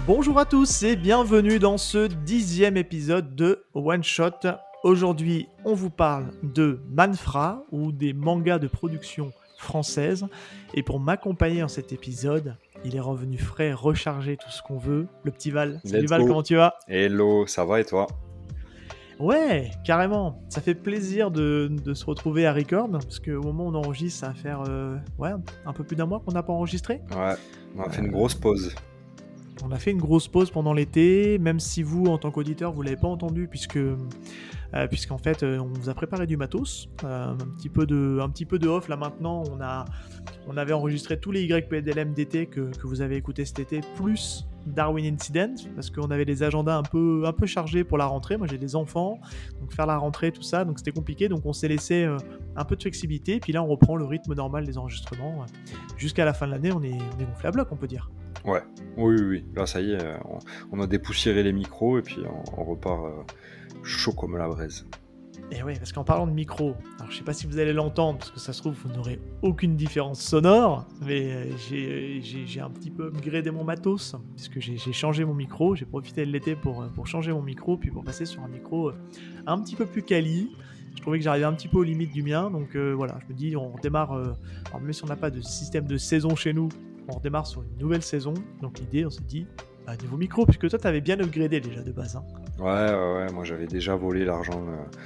Bonjour à tous et bienvenue dans ce 10e épisode de One Shot. Aujourd'hui, on vous parle de Manfra ou des mangas de production française. Et pour m'accompagner dans cet épisode, il est revenu frais, rechargé, tout ce qu'on veut. Le petit Val. Salut Let's Val, go. comment tu vas ? Hello, ça va et toi? Ouais, carrément. Ça fait plaisir de se retrouver à record parce qu'au moment où on enregistre, ça va faire un peu plus d'un mois qu'on n'a pas enregistré. Ouais, on a fait une grosse pause. On a fait une grosse pause pendant l'été, même si vous, en tant qu'auditeur, vous ne l'avez pas entendu, puisqu'en fait, on vous a préparé du matos, un petit peu de off. Là maintenant, on avait enregistré tous les YPDLM d'été que vous avez écouté cet été, plus Darwin Incident, parce qu'on avait des agendas un peu chargés pour la rentrée. Moi, j'ai des enfants, donc faire la rentrée, tout ça, donc c'était compliqué. Donc on s'est laissé un peu de flexibilité, puis là, on reprend le rythme normal des enregistrements. Jusqu'à la fin de l'année, on est gonflé à bloc, on peut dire. Ouais, oui. Là, ça y est, on a dépoussiéré les micros et puis on repart chaud comme la braise. Et oui, parce qu'en parlant de micro, alors je sais pas si vous allez l'entendre, parce que ça se trouve, vous n'aurez aucune différence sonore, mais j'ai un petit peu upgradé mon matos, puisque j'ai changé mon micro, j'ai profité de l'été pour changer mon micro, puis pour passer sur un micro un petit peu plus quali. Je trouvais que j'arrivais un petit peu aux limites du mien, donc voilà, je me dis, on redémarre, alors même si on n'a pas de système de saison chez nous, on redémarre sur une nouvelle saison, donc l'idée, on s'est dit, niveau micro, puisque toi, t'avais bien upgradé déjà de base, hein. Ouais, moi j'avais déjà volé l'argent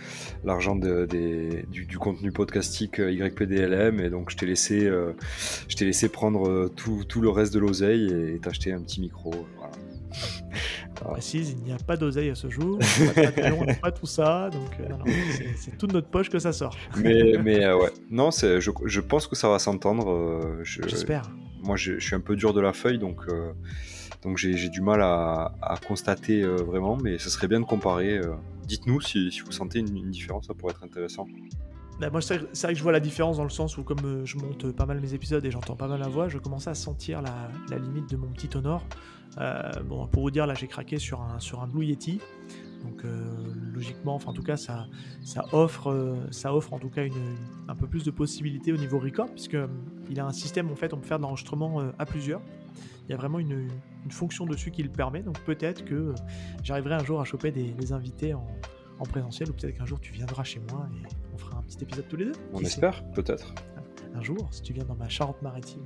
du contenu podcastique YPDLM et donc je t'ai laissé prendre tout le reste de l'oseille et t'acheter un petit micro. Voilà. On précise, il n'y a pas d'oseille à ce jour, on n'a pas de Patreon, on n'a pas tout ça, donc non, c'est toute notre poche que ça sort. Mais ouais, non, je pense que ça va s'entendre. J'espère. Moi je suis un peu dur de la feuille donc j'ai du mal à constater vraiment, mais ce serait bien de comparer. Dites-nous si vous sentez une différence, ça pourrait être intéressant. Bah, moi, c'est vrai que je vois la différence dans le sens où, comme je monte pas mal mes épisodes et j'entends pas mal la voix, je commence à sentir la limite de mon petit Honor. Bon, pour vous dire, là, j'ai craqué sur un Blue Yeti. Donc, logiquement, enfin, en tout cas, ça offre en tout cas un peu plus de possibilités au niveau record, puisque il a un système, en fait, on peut faire de l'enregistrement à plusieurs. Il y a vraiment une fonction dessus qui le permet, donc peut-être que j'arriverai un jour à choper des invités en présentiel, ou peut-être qu'un jour tu viendras chez moi et on fera un petit épisode tous les deux. On espère, peut-être. Un jour, si tu viens dans ma Charente-Maritime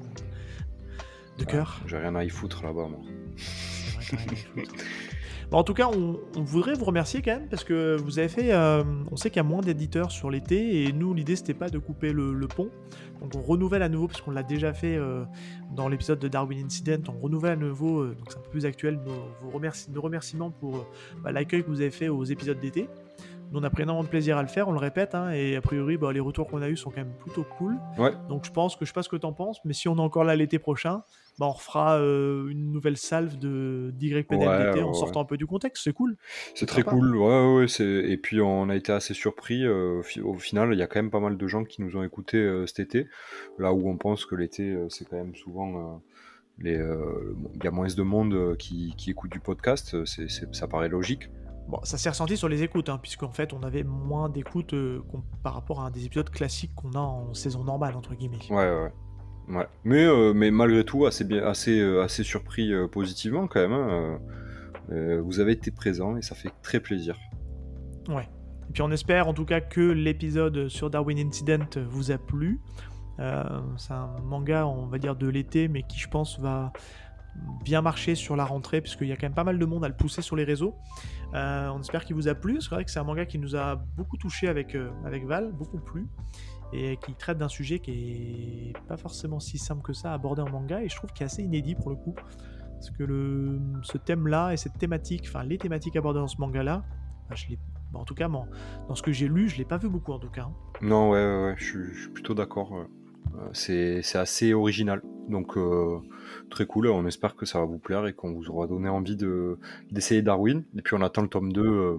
de cœur. J'ai rien à y foutre là-bas, moi. C'est vrai, t'as rien à y foutre. Bon, en tout cas, on voudrait vous remercier quand même, parce que vous avez fait... on sait qu'il y a moins d'éditeurs sur l'été, et nous, l'idée, c'était pas de couper le pont. Donc on renouvelle à nouveau, parce qu'on l'a déjà fait dans l'épisode de Darwin Incident, on renouvelle à nouveau, donc c'est un peu plus actuel, nos remerciements pour l'accueil que vous avez fait aux épisodes d'été. Nous, on a pris énormément de plaisir à le faire, on le répète, hein, et a priori, les retours qu'on a eus sont quand même plutôt cool. Ouais. Donc je sais pas ce que t'en penses, mais si on est encore là l'été prochain, on refera une nouvelle salve d'YPDL d'été en sortant un peu du contexte, c'est cool. C'est très cool, ouais. Et puis on a été assez surpris, au final, il y a quand même pas mal de gens qui nous ont écoutés cet été, là où on pense que l'été, c'est quand même souvent... il y a moins de monde qui écoute du podcast, ça paraît logique. Bon, ça s'est ressenti sur les écoutes, hein, puisqu'en fait, on avait moins d'écoutes par rapport à des épisodes classiques qu'on a en saison normale, entre guillemets. Ouais. Mais malgré tout, assez surpris positivement quand même. Hein. Vous avez été présents et ça fait très plaisir. Ouais. Et puis on espère en tout cas que l'épisode sur Darwin Incident vous a plu. C'est un manga, on va dire, de l'été, mais qui, je pense, va bien marcher sur la rentrée, puisqu'il y a quand même pas mal de monde à le pousser sur les réseaux. On espère qu'il vous a plu. C'est vrai que c'est un manga qui nous a beaucoup touché avec Val, beaucoup plu, et qui traite d'un sujet qui est pas forcément si simple que ça à aborder en manga, et je trouve qu'il est assez inédit pour le coup, parce que ce thème-là et cette thématique, enfin les thématiques abordées dans ce manga-là, en tout cas dans ce que j'ai lu, je l'ai pas vu beaucoup en tout cas. Non, ouais, je suis plutôt d'accord. C'est assez original, donc très cool. On espère que ça va vous plaire et qu'on vous aura donné envie d'essayer Darwin, et puis on attend le tome 2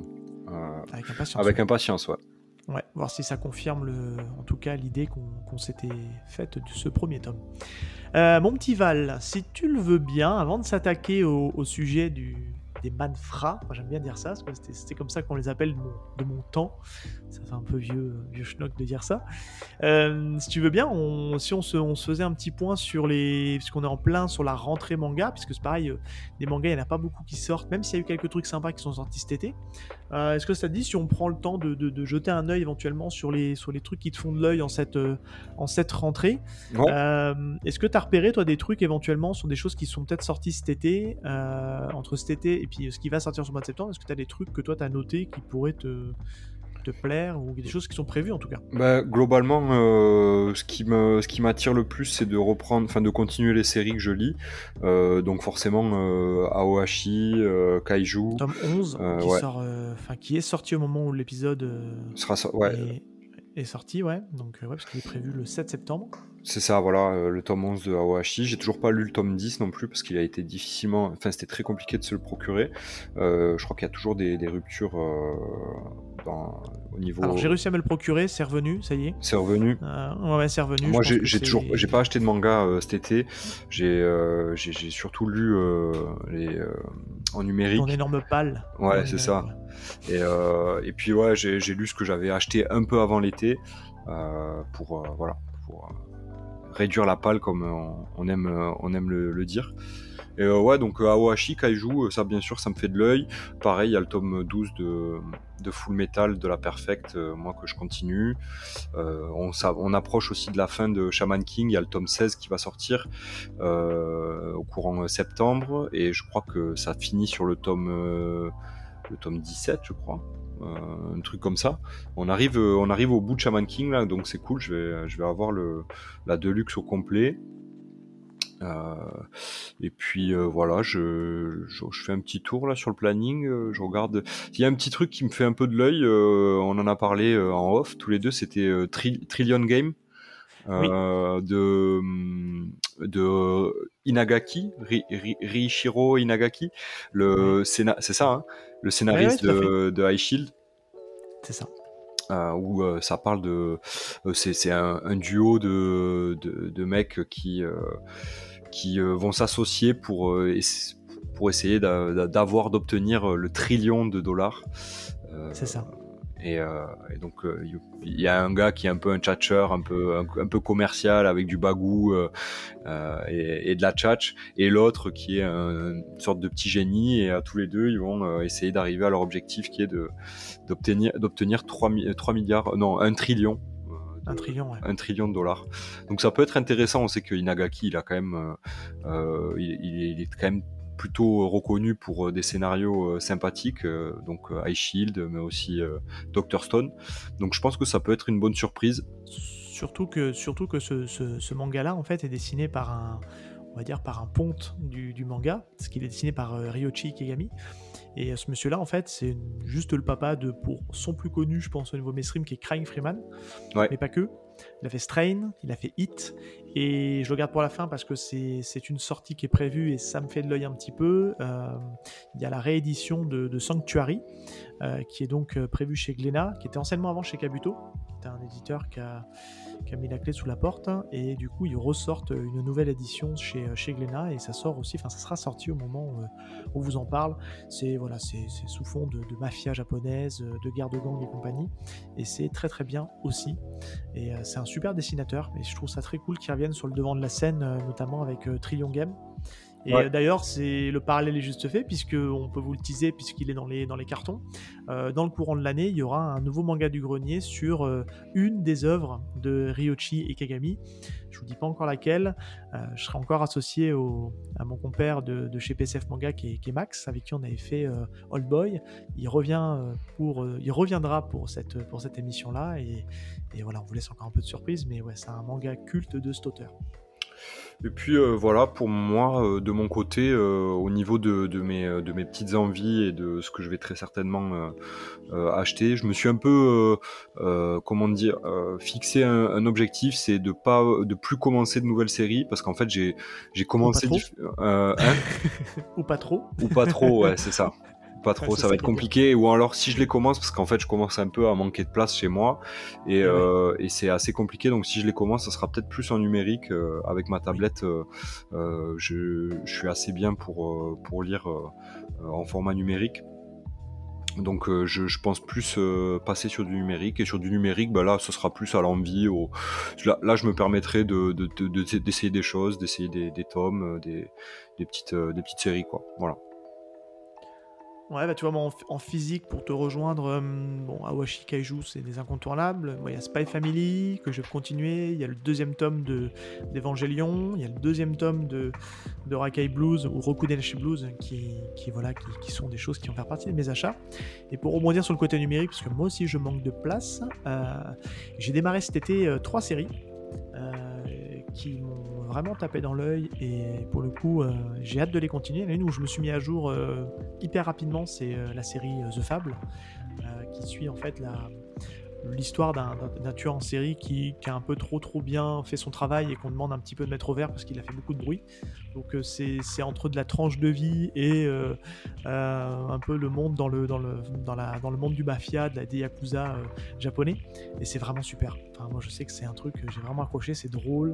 avec impatience, ouais. Ouais, voir si ça confirme en tout cas l'idée qu'on s'était faite de ce premier tome. Mon petit Val, si tu le veux bien, avant de s'attaquer au sujet des manfras. Moi, j'aime bien dire ça, parce que c'était comme ça qu'on les appelle de mon temps. Ça fait un peu vieux schnock de dire ça. Si tu veux bien, si on se faisait un petit point sur puisqu'on est en plein sur la rentrée manga, puisque c'est pareil, des mangas, il n'y en a pas beaucoup qui sortent, même s'il y a eu quelques trucs sympas qui sont sortis cet été. Est-ce que ça te dit si on prend le temps de jeter un œil éventuellement sur les trucs qui te font de l'œil en cette rentrée? Ouais. Est-ce que tu as repéré, toi, des trucs éventuellement sur des choses qui sont peut-être sorties cet été, entre cet été et puis ce qui va sortir sur le mois de septembre? Est-ce que tu as des trucs que toi tu as notés qui pourraient te plaire, ou des choses qui sont prévues en tout cas? Bah, globalement, ce qui m'attire le plus, c'est de continuer les séries que je lis. Donc forcément, Aohashi, Kaiju. Tome 11 Ouais. qui est sorti au moment où l'épisode Ouais, est sorti, ouais. Donc ouais, parce qu'il est prévu le 7 septembre. c'est ça, voilà, le tome 11 de Aohashi. J'ai toujours pas lu le tome 10 non plus, parce qu'il a été c'était très compliqué de se le procurer. Je crois qu'il y a toujours des ruptures au niveau... Alors j'ai réussi à me le procurer, c'est revenu, ça y est. C'est revenu. Ouais, c'est revenu. Moi, je pense que j'ai pas acheté de manga cet été. J'ai surtout lu en numérique. ton énorme palle. Ouais, c'est ça. Et puis ouais, j'ai lu ce que j'avais acheté un peu avant l'été pour réduire la palle, comme on aime le dire. Et ouais, donc Aohashi, Kaiju, ça bien sûr, ça me fait de l'œil. Pareil, il y a le tome 12 de Full Metal, de la Perfect, moi que je continue. On approche aussi de la fin de Shaman King, il y a le tome 16 qui va sortir au courant septembre, et je crois que ça finit sur le tome 17, je crois. Un truc comme ça. On arrive au bout de Shaman King là, donc c'est cool. Je vais avoir la Deluxe au complet. Et puis voilà, je fais un petit tour là sur le planning. Je regarde. Il y a un petit truc qui me fait un peu de l'œil. On en a parlé en off tous les deux. C'était Trillion Game. Oui. De Inagaki, Riichiro Inagaki, c'est ça, hein, le scénariste de High Shield. C'est ça. Où ça parle c'est un duo de mecs qui vont s'associer pour essayer d'obtenir le trillion de dollars. C'est ça. Et donc il y a un gars qui est un peu un tchatcheur, un peu commercial, avec du bagou et de la tchatch, et l'autre qui est une sorte de petit génie, et à tous les deux ils vont essayer d'arriver à leur objectif, qui est d'obtenir 3 milliards, non, 1 trillion. Un trillion, ouais. 1 trillion de dollars. Donc ça peut être intéressant. On sait que Inagaki, il a quand même il est quand même plutôt reconnu pour des scénarios sympathiques, donc High Shield, mais aussi Dr. Stone. Donc je pense que ça peut être une bonne surprise. Surtout que ce manga-là, en fait, est dessiné par un ponte du manga, parce qu'il est dessiné par Ryoichi Ikegami. Et ce monsieur-là, en fait, c'est juste le papa pour son plus connu, je pense, au niveau mainstream, qui est Crying Freeman. Ouais. Mais pas que. Il a fait Strain, il a fait Hit, et je le garde pour la fin parce que c'est une sortie qui est prévue et ça me fait de l'œil un petit peu. Il y a la réédition de Sanctuary, qui est donc prévue chez Glénat, qui était anciennement avant chez Kabuto. C'était un éditeur qui a mis la clé sous la porte, et du coup ils ressortent une nouvelle édition chez Glénat, et ça sort aussi, ça sera sorti au moment où on vous en parle. C'est sous fond de mafia japonaise, de guerre de gang et compagnie, et c'est très très bien aussi. Et c'est un super dessinateur, et je trouve ça très cool qu'il revienne sur le devant de la scène, notamment avec Trillion Game. Et d'ailleurs, le parallèle est juste fait, puisqu'on peut vous le teaser, puisqu'il est dans les cartons. Dans le courant de l'année, il y aura un nouveau manga du grenier sur une des œuvres de Ryoichi Ikegami. Je vous dis pas encore laquelle. Je serai encore associé à mon compère de chez PCF Manga, qui est Max, avec qui on avait fait Old Boy. Il reviendra pour cette émission-là, et voilà, on vous laisse encore un peu de surprise, mais ouais, c'est un manga culte de cet auteur. Et puis voilà, pour moi, de mon côté, au niveau de mes petites envies et de ce que je vais très certainement acheter, je me suis un peu, fixé un objectif, c'est de plus commencer de nouvelles séries, parce qu'en fait j'ai commencé... Ou pas trop. Ou pas trop, ouais, c'est ça. Pas trop, c'est ça va ça être qui est bien. compliqué. Ou alors si je les commence, parce qu'en fait je commence un peu à manquer de place chez moi et, Et ouais, et c'est assez compliqué. Donc si je les commence, ça sera peut-être plus en numérique. Avec ma oui. tablette, je suis assez bien pour lire en format numérique. Donc je pense plus passer sur du numérique. Et sur du numérique, bah là ce sera plus à l'envie. Là je me permettrai d'essayer des choses, d'essayer des tomes, des petites séries, quoi. Voilà. Ouais, bah tu vois, moi en physique, pour te rejoindre, bon, Awashi Kaiju, c'est des incontournables. Moi, il y a Spy Family, que je vais continuer. Il y a le deuxième tome d'Evangelion. Il y a le deuxième tome de Rakai Blues ou Rokudenshi Blues, qui sont des choses qui vont faire partie de mes achats. Et pour rebondir sur le côté numérique, parce que moi aussi je manque de place, j'ai démarré cet été 3 séries. Qui m'ont vraiment tapé dans l'œil et pour le coup j'ai hâte de les continuer. L'une où je me suis mis à jour hyper rapidement, c'est la série The Fable, qui suit en fait l'histoire d'un tueur en série qui a un peu trop bien fait son travail et qu'on demande un petit peu de mettre au vert parce qu'il a fait beaucoup de bruit. Donc c'est entre de la tranche de vie et un peu le monde dans le monde du mafia, des yakuza japonais. Et c'est vraiment super. Enfin, moi je sais que c'est un truc que j'ai vraiment accroché, c'est drôle.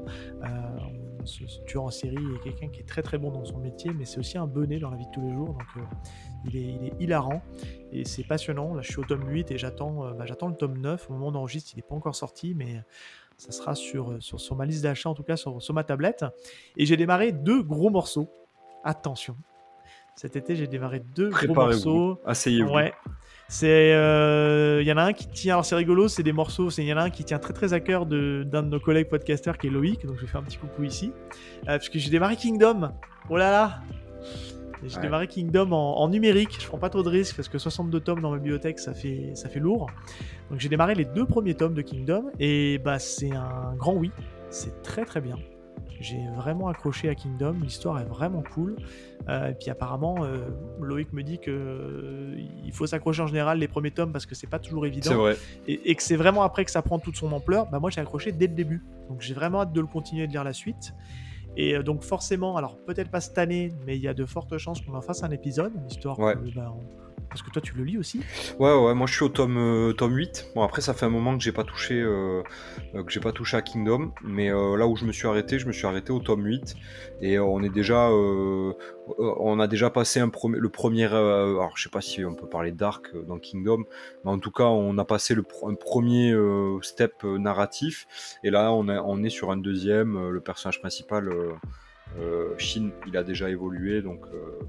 Ce tueur en série est quelqu'un qui est très bon dans son métier, mais c'est aussi un benet dans la vie de tous les jours. Donc il est hilarant et c'est passionnant. Là je suis au tome 8 et j'attends le tome 9. Au moment d'enregistre, il n'est pas encore sorti, mais ça sera sur ma liste d'achat, en tout cas sur ma tablette. Et j'ai démarré 2 gros morceaux. Attention. Cet été, j'ai démarré 2 gros Préparez-vous, morceaux. asseyez-vous. Ouais. Il y en a un qui tient, alors c'est rigolo, c'est des morceaux, il y en a un qui tient très à cœur d'un de nos collègues podcasters qui est Loïc, donc je vais faire un petit coucou ici. Parce que j'ai démarré Kingdom. Oh là là. Et j'ai démarré Kingdom en numérique. Je prends pas trop de risques parce que 62 tomes dans ma bibliothèque, ça fait lourd. Donc j'ai démarré les 2 premiers tomes de Kingdom et bah c'est un grand oui. C'est très bien. J'ai vraiment accroché à Kingdom. L'histoire est vraiment cool. Et puis apparemment, Loïc me dit que il faut s'accrocher en général les premiers tomes parce que c'est pas toujours évident. C'est vrai. Et que c'est vraiment après que ça prend toute son ampleur. Bah moi j'ai accroché dès le début. Donc j'ai vraiment hâte de le continuer de lire la suite. Et donc forcément, alors peut-être pas cette année, mais il y a de fortes chances qu'on en fasse un épisode, histoire Ouais. que parce que toi tu le lis aussi. Ouais, moi je suis au tome 8. Bon, après ça fait un moment que j'ai pas touché à Kingdom, mais là où je me suis arrêté au tome 8 et on a déjà passé le premier alors je sais pas si on peut parler d'arc dans Kingdom, mais en tout cas on a passé un premier step narratif et là on est sur un deuxième. Le personnage principal Shin, il a déjà évolué, donc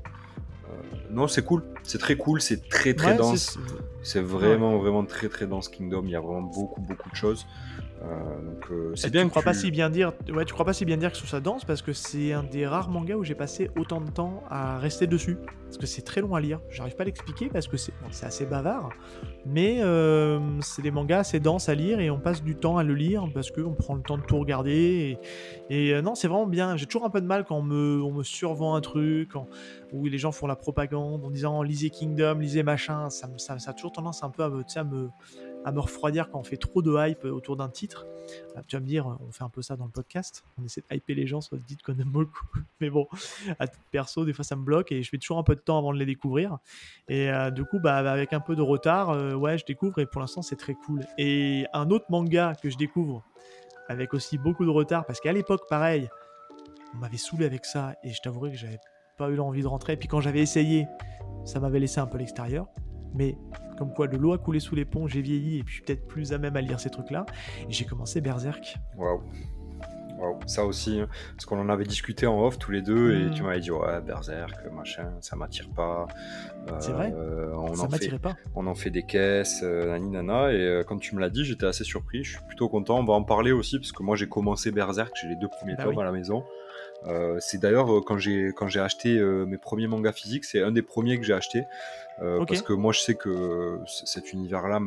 non, c'est cool, c'est très cool, c'est très Ouais, dense. C'est ouais. vraiment très dense Kingdom. Il y a vraiment beaucoup de choses. Donc c'est bien Tu crois que pas si bien dire que ce soit dense parce que c'est un des rares mangas où j'ai passé autant de temps à rester dessus parce que c'est très long à lire. J'arrive pas à l'expliquer parce que c'est assez bavard, mais c'est des mangas assez denses à lire et on passe du temps à le lire parce qu'on prend le temps de tout regarder et non, c'est vraiment bien. J'ai toujours un peu de mal quand on me survend un truc, où les gens font la propagande en disant lisez Kingdom, lisez machin. Ça a toujours tendance un peu à me refroidir quand on fait trop de hype autour d'un titre. Tu vas me dire, on fait un peu ça dans le podcast, on essaie de hyper les gens sur le titre qu'on aime beaucoup, mais bon, à titre perso, des fois ça me bloque et je mets toujours un peu de temps avant de les découvrir. Et du coup, avec un peu de retard, ouais, je découvre et pour l'instant c'est très cool. Et un autre manga que je découvre avec aussi beaucoup de retard, parce qu'à l'époque, pareil, on m'avait saoulé avec ça et je t'avouerai que j'avais pas eu l'envie de rentrer. Et puis quand j'avais essayé, ça m'avait laissé un peu l'extérieur. Mais comme quoi, de l'eau a coulé sous les ponts, j'ai vieilli et puis je suis peut-être plus à même à lire ces trucs-là. Et j'ai commencé Berserk. Waouh, ça aussi, hein, parce qu'on en avait discuté en off tous les deux et tu m'avais dit ouais, Berserk, machin, ça m'attire pas. C'est vrai, ça m'attirait pas. On en fait des caisses, nani nana, et quand tu me l'as dit, j'étais assez surpris. Je suis plutôt content. On va en parler aussi parce que moi j'ai commencé Berserk, j'ai les 2 premiers tomes à la maison. C'est d'ailleurs quand j'ai acheté mes premiers mangas physiques, c'est un des premiers que j'ai acheté parce que moi je sais que cet univers-là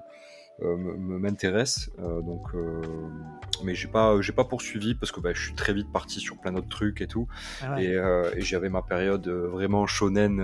m'intéresse, donc mais j'ai pas poursuivi parce que je suis très vite parti sur plein d'autres trucs et tout. Et j'avais ma période vraiment shonen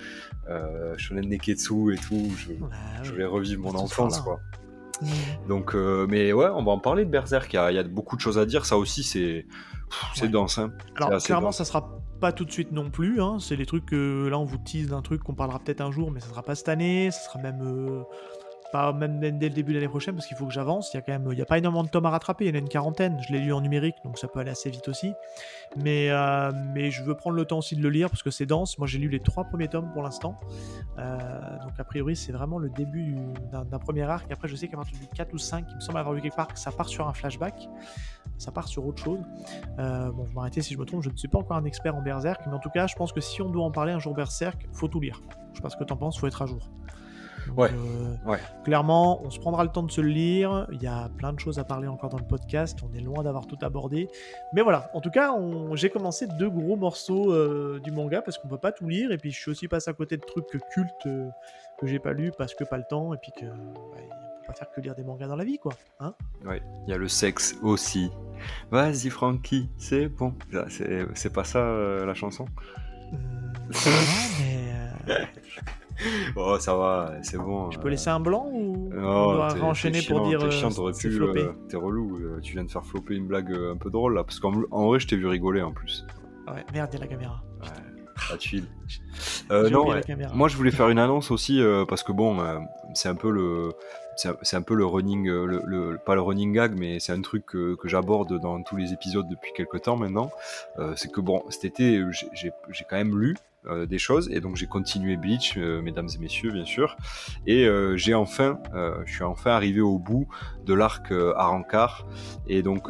neketsu et tout, je voulais revivre mon enfance, quoi. Donc mais ouais, on va en parler de Berserk. Il y a beaucoup de choses à dire. Ça aussi c'est dense, hein. Alors clairement dense. pas tout de suite non plus, hein. C'est des trucs que là on vous tease d'un truc qu'on parlera peut-être un jour, mais ça sera pas cette année, ça sera même pas même dès le début de l'année prochaine parce qu'il faut que j'avance. Il y a pas énormément de tomes à rattraper, il y en a une quarantaine. Je l'ai lu en numérique, donc ça peut aller assez vite aussi. Mais je veux prendre le temps aussi de le lire parce que c'est dense. Moi j'ai lu les 3 premiers tomes pour l'instant. Donc a priori c'est vraiment le début d'un premier arc. Après je sais qu'à partir du 4 ou 5, il me semble avoir lu quelque part que ça part sur un flashback. Ça part sur autre chose. Bon, je vais m'arrêter si je me trompe, je ne suis pas encore un expert en Berserk, mais en tout cas je pense que si on doit en parler un jour Berserk, faut tout lire. Je sais pas ce que t'en penses, faut être à jour. Donc, Ouais. clairement, on se prendra le temps de se le lire. Il y a plein de choses à parler encore dans le podcast. On est loin d'avoir tout abordé. Mais voilà, en tout cas, j'ai commencé 2 gros morceaux du manga parce qu'on peut pas tout lire. Et puis, je suis aussi passé à côté de trucs cultes que j'ai pas lus parce que pas le temps. Et puis que on peut pas faire que lire des mangas dans la vie, quoi. Hein? Ouais, il y a le sexe aussi. Vas-y Francky, c'est bon. C'est pas ça la chanson? Non, mais... Oh, ça va, c'est bon. Je peux laisser un blanc ou on Non, doit enchaîner pour dire t'es chiant, t'aurais c'est pu, floppé. t'es relou. Tu viens de faire flopper une blague un peu drôle là, parce en vrai, je t'ai vu rigoler en plus. Ouais, merde, il y a la caméra. La tuile. J'ai non, oublié ouais. la caméra. Moi je voulais faire une annonce aussi parce que bon, c'est un peu le running, pas le running gag, mais c'est un truc que j'aborde dans tous les épisodes depuis quelques temps maintenant. C'est que bon, cet été, j'ai quand même lu des choses et donc j'ai continué Bleach, mesdames et messieurs, bien sûr. Et je suis enfin arrivé au bout de l'arc Arrancar et donc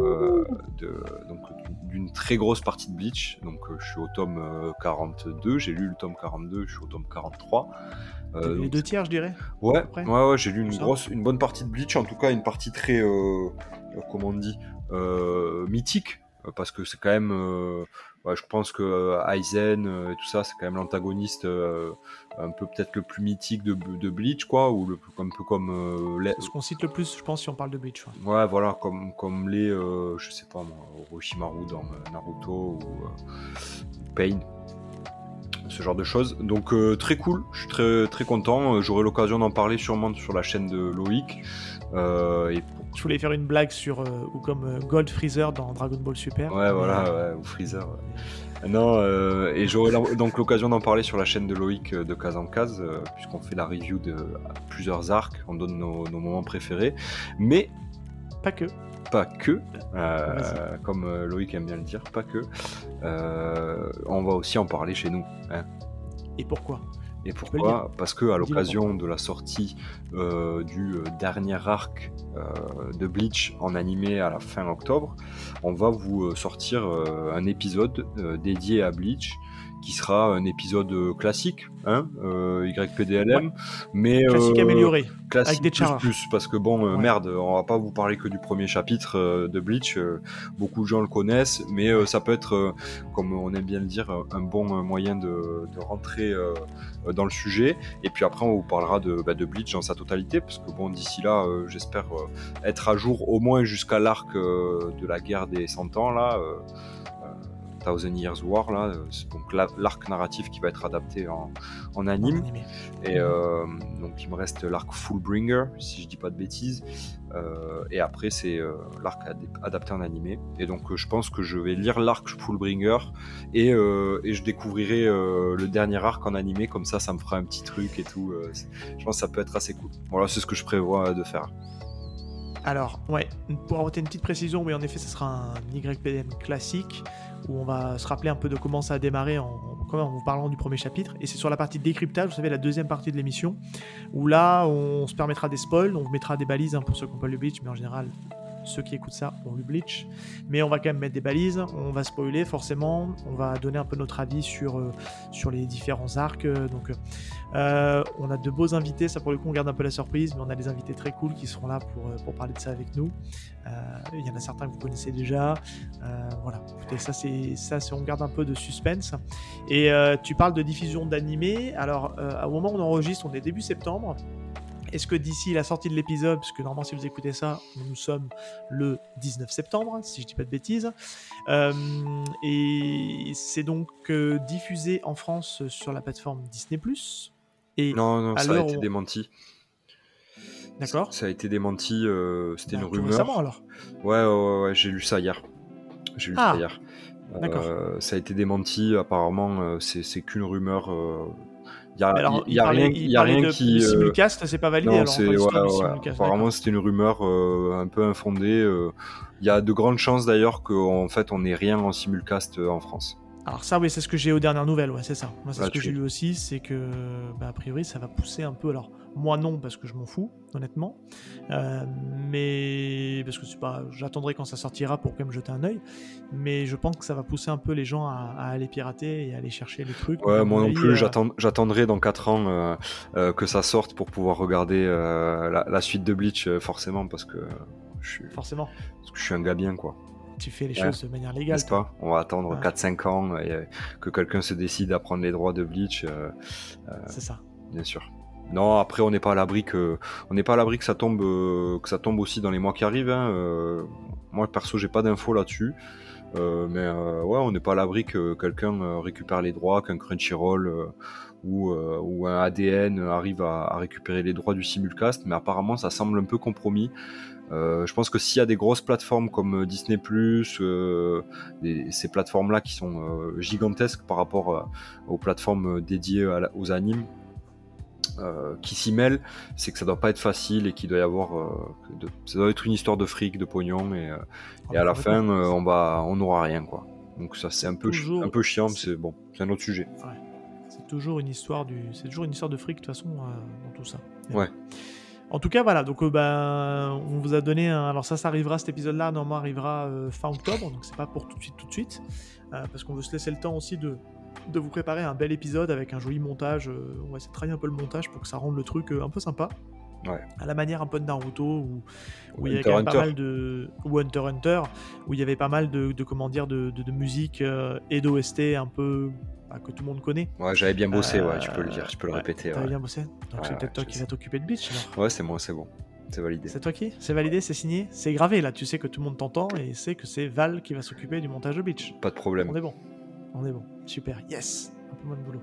d'une très grosse partie de Bleach. Donc je suis au tome 42, j'ai lu le tome 42, je suis au tome 43. Les 2 tiers, je dirais. Ouais, j'ai lu une bonne partie de Bleach, en tout cas une partie très, comment on dit, mythique, parce que c'est quand même, je pense que Aizen et tout ça, c'est quand même l'antagoniste un peu peut-être le plus mythique de Bleach, quoi, ou un peu comme C'est ce qu'on cite le plus, je pense, si on parle de Bleach. Ouais, voilà, comme les, je sais pas moi, Orochimaru dans Naruto ou Pain. Ce genre de choses. Donc très cool, je suis très, très content. J'aurai l'occasion d'en parler sûrement sur la chaîne de Loïc. Je voulais faire une blague sur ou comme Gold Freezer dans Dragon Ball Super. Ouais, voilà, ou Freezer. Ouais. Non, et j'aurai donc l'occasion d'en parler sur la chaîne de Loïc de Case en Case, puisqu'on fait la review de plusieurs arcs, on donne nos moments préférés. Mais pas que, comme Loïc aime bien le dire, pas que. On va aussi en parler chez nous. Hein. Et pourquoi ? Parce que à l'occasion de la sortie du dernier arc de Bleach en animé à la fin octobre, on va vous sortir un épisode dédié à Bleach, qui sera un épisode classique, hein, YPDLM, mais classique amélioré, classique avec des chareurs. plus, parce que bon, merde, on va pas vous parler que du premier chapitre de Bleach, beaucoup de gens le connaissent, mais ça peut être, comme on aime bien le dire, un bon moyen de rentrer dans le sujet, et puis après on vous parlera de Bleach dans sa totalité, parce que bon, d'ici là, j'espère être à jour au moins jusqu'à l'arc de la guerre des 100 ans, là, Thousand Years War, là, c'est donc l'arc narratif qui va être adapté en anime. Et donc il me reste l'arc Fullbringer, si je dis pas de bêtises, et après c'est l'arc adapté en animé. Et donc je pense que je vais lire l'arc Fullbringer et je découvrirai le dernier arc en animé, comme ça me fera un petit truc et tout. Je pense que ça peut être assez cool. Voilà, c'est ce que je prévois de faire. Alors, ouais, pour apporter une petite précision, oui, en effet, ce sera un YPDM classique, où on va se rappeler un peu de comment ça a démarré en vous parlant du premier chapitre, et c'est sur la partie décryptage, vous savez, la deuxième partie de l'émission, où là, on se permettra des spoils, on vous mettra des balises pour ceux qui n'ont pas lu Bleach, mais en général, ceux qui écoutent ça ont lu Bleach, mais on va quand même mettre des balises, on va spoiler forcément, on va donner un peu notre avis sur les différents arcs, donc on a de beaux invités, ça pour le coup on garde un peu la surprise, mais on a des invités très cool qui seront là pour parler de ça avec nous. Il y en a certains que vous connaissez déjà, voilà, écoutez, ça c'est on garde un peu de suspense. Et tu parles de diffusion d'animé, alors au moment où on enregistre, on est début septembre. Est-ce que d'ici la sortie de l'épisode, parce que normalement si vous écoutez ça, nous sommes le 19 septembre, si je dis pas de bêtises, et c'est donc diffusé en France sur la plateforme Disney+. Et non, ça a été démenti. D'accord. Ça a été démenti, c'était une rumeur. Récemment alors. Ouais, j'ai lu ça hier. Ça hier. D'accord. Ça a été démenti, apparemment, c'est qu'une rumeur. Il Alors, y a rien, il y a parlait rien du qui. simulcast, c'est pas validé Non, alors, enfin ouais, l'histoire du ouais. simulcast, Apparemment, d'accord. c'était une rumeur un peu infondée. Il y a de grandes chances d'ailleurs qu'en fait, on n'ait rien en simulcast en France. Alors ça, oui, c'est ce que j'ai aux dernières nouvelles, ouais, c'est ça. Moi, c'est ce que j'ai Là-dessus. lu aussi, c'est que, a priori, ça va pousser un peu. Alors, moi non, parce que je m'en fous, honnêtement. Mais parce que c'est pas, j'attendrai quand ça sortira pour quand même jeter un œil. Mais je pense que ça va pousser un peu les gens à aller pirater et à aller chercher les trucs. Donc, Ouais, à moi mon non avis, plus, j'attendrai dans 4 ans que ça sorte pour pouvoir regarder la suite de Bleach, forcément, parce que forcément, je suis un gars bien, quoi. tu fais les Ouais. choses de manière légale. N'est-ce pas ? On va attendre Ouais. 4-5 ans et que quelqu'un se décide à prendre les droits de Bleach. C'est ça. Bien sûr. Non, après on n'est pas à l'abri que ça tombe aussi dans les mois qui arrivent. Hein. Moi perso, j'ai pas d'infos là-dessus. Mais ouais, on n'est pas à l'abri que quelqu'un récupère les droits, qu'un Crunchyroll ou un ADN arrive à récupérer les droits du simulcast. Mais apparemment, ça semble un peu compromis. Je pense que s'il y a des grosses plateformes comme Disney+, ces plateformes-là qui sont gigantesques par rapport aux plateformes dédiées aux animes, qui s'y mêlent, c'est que ça doit pas être facile et qu'il doit y avoir ça doit être une histoire de fric, de pognon et à la fin on n'aura rien, quoi. Donc ça c'est un peu chiant, mais c'est un autre sujet. Ouais. C'est toujours une histoire de fric de toute façon dans tout ça. Ouais. En tout cas, voilà, donc on vous a donné alors ça arrivera, cet épisode-là, normalement arrivera fin octobre, donc c'est pas pour tout de suite, parce qu'on veut se laisser le temps aussi de vous préparer un bel épisode avec un joli montage. On va essayer de travailler un peu le montage pour que ça rende le truc un peu sympa. Ouais. À la manière un peu de Naruto, où il y avait Hunter quand même pas Hunter. mal de... Ou Hunter Hunter, où il y avait pas mal de musique et d'OST un peu... que tout le monde connaît. Ouais, j'avais bien bossé, ouais, tu peux le dire, tu peux le répéter. T'avais Ouais. bien bossé. Donc c'est peut-être toi qui vas t'occuper de Bleach, alors. Ouais, c'est moi, c'est bon. C'est validé. C'est toi qui ? C'est validé, c'est signé, c'est gravé là, tu sais que tout le monde t'entend et c'est que c'est Val qui va s'occuper du montage de Bleach. Pas de problème. On est bon. Super, yes. Un peu moins de boulot.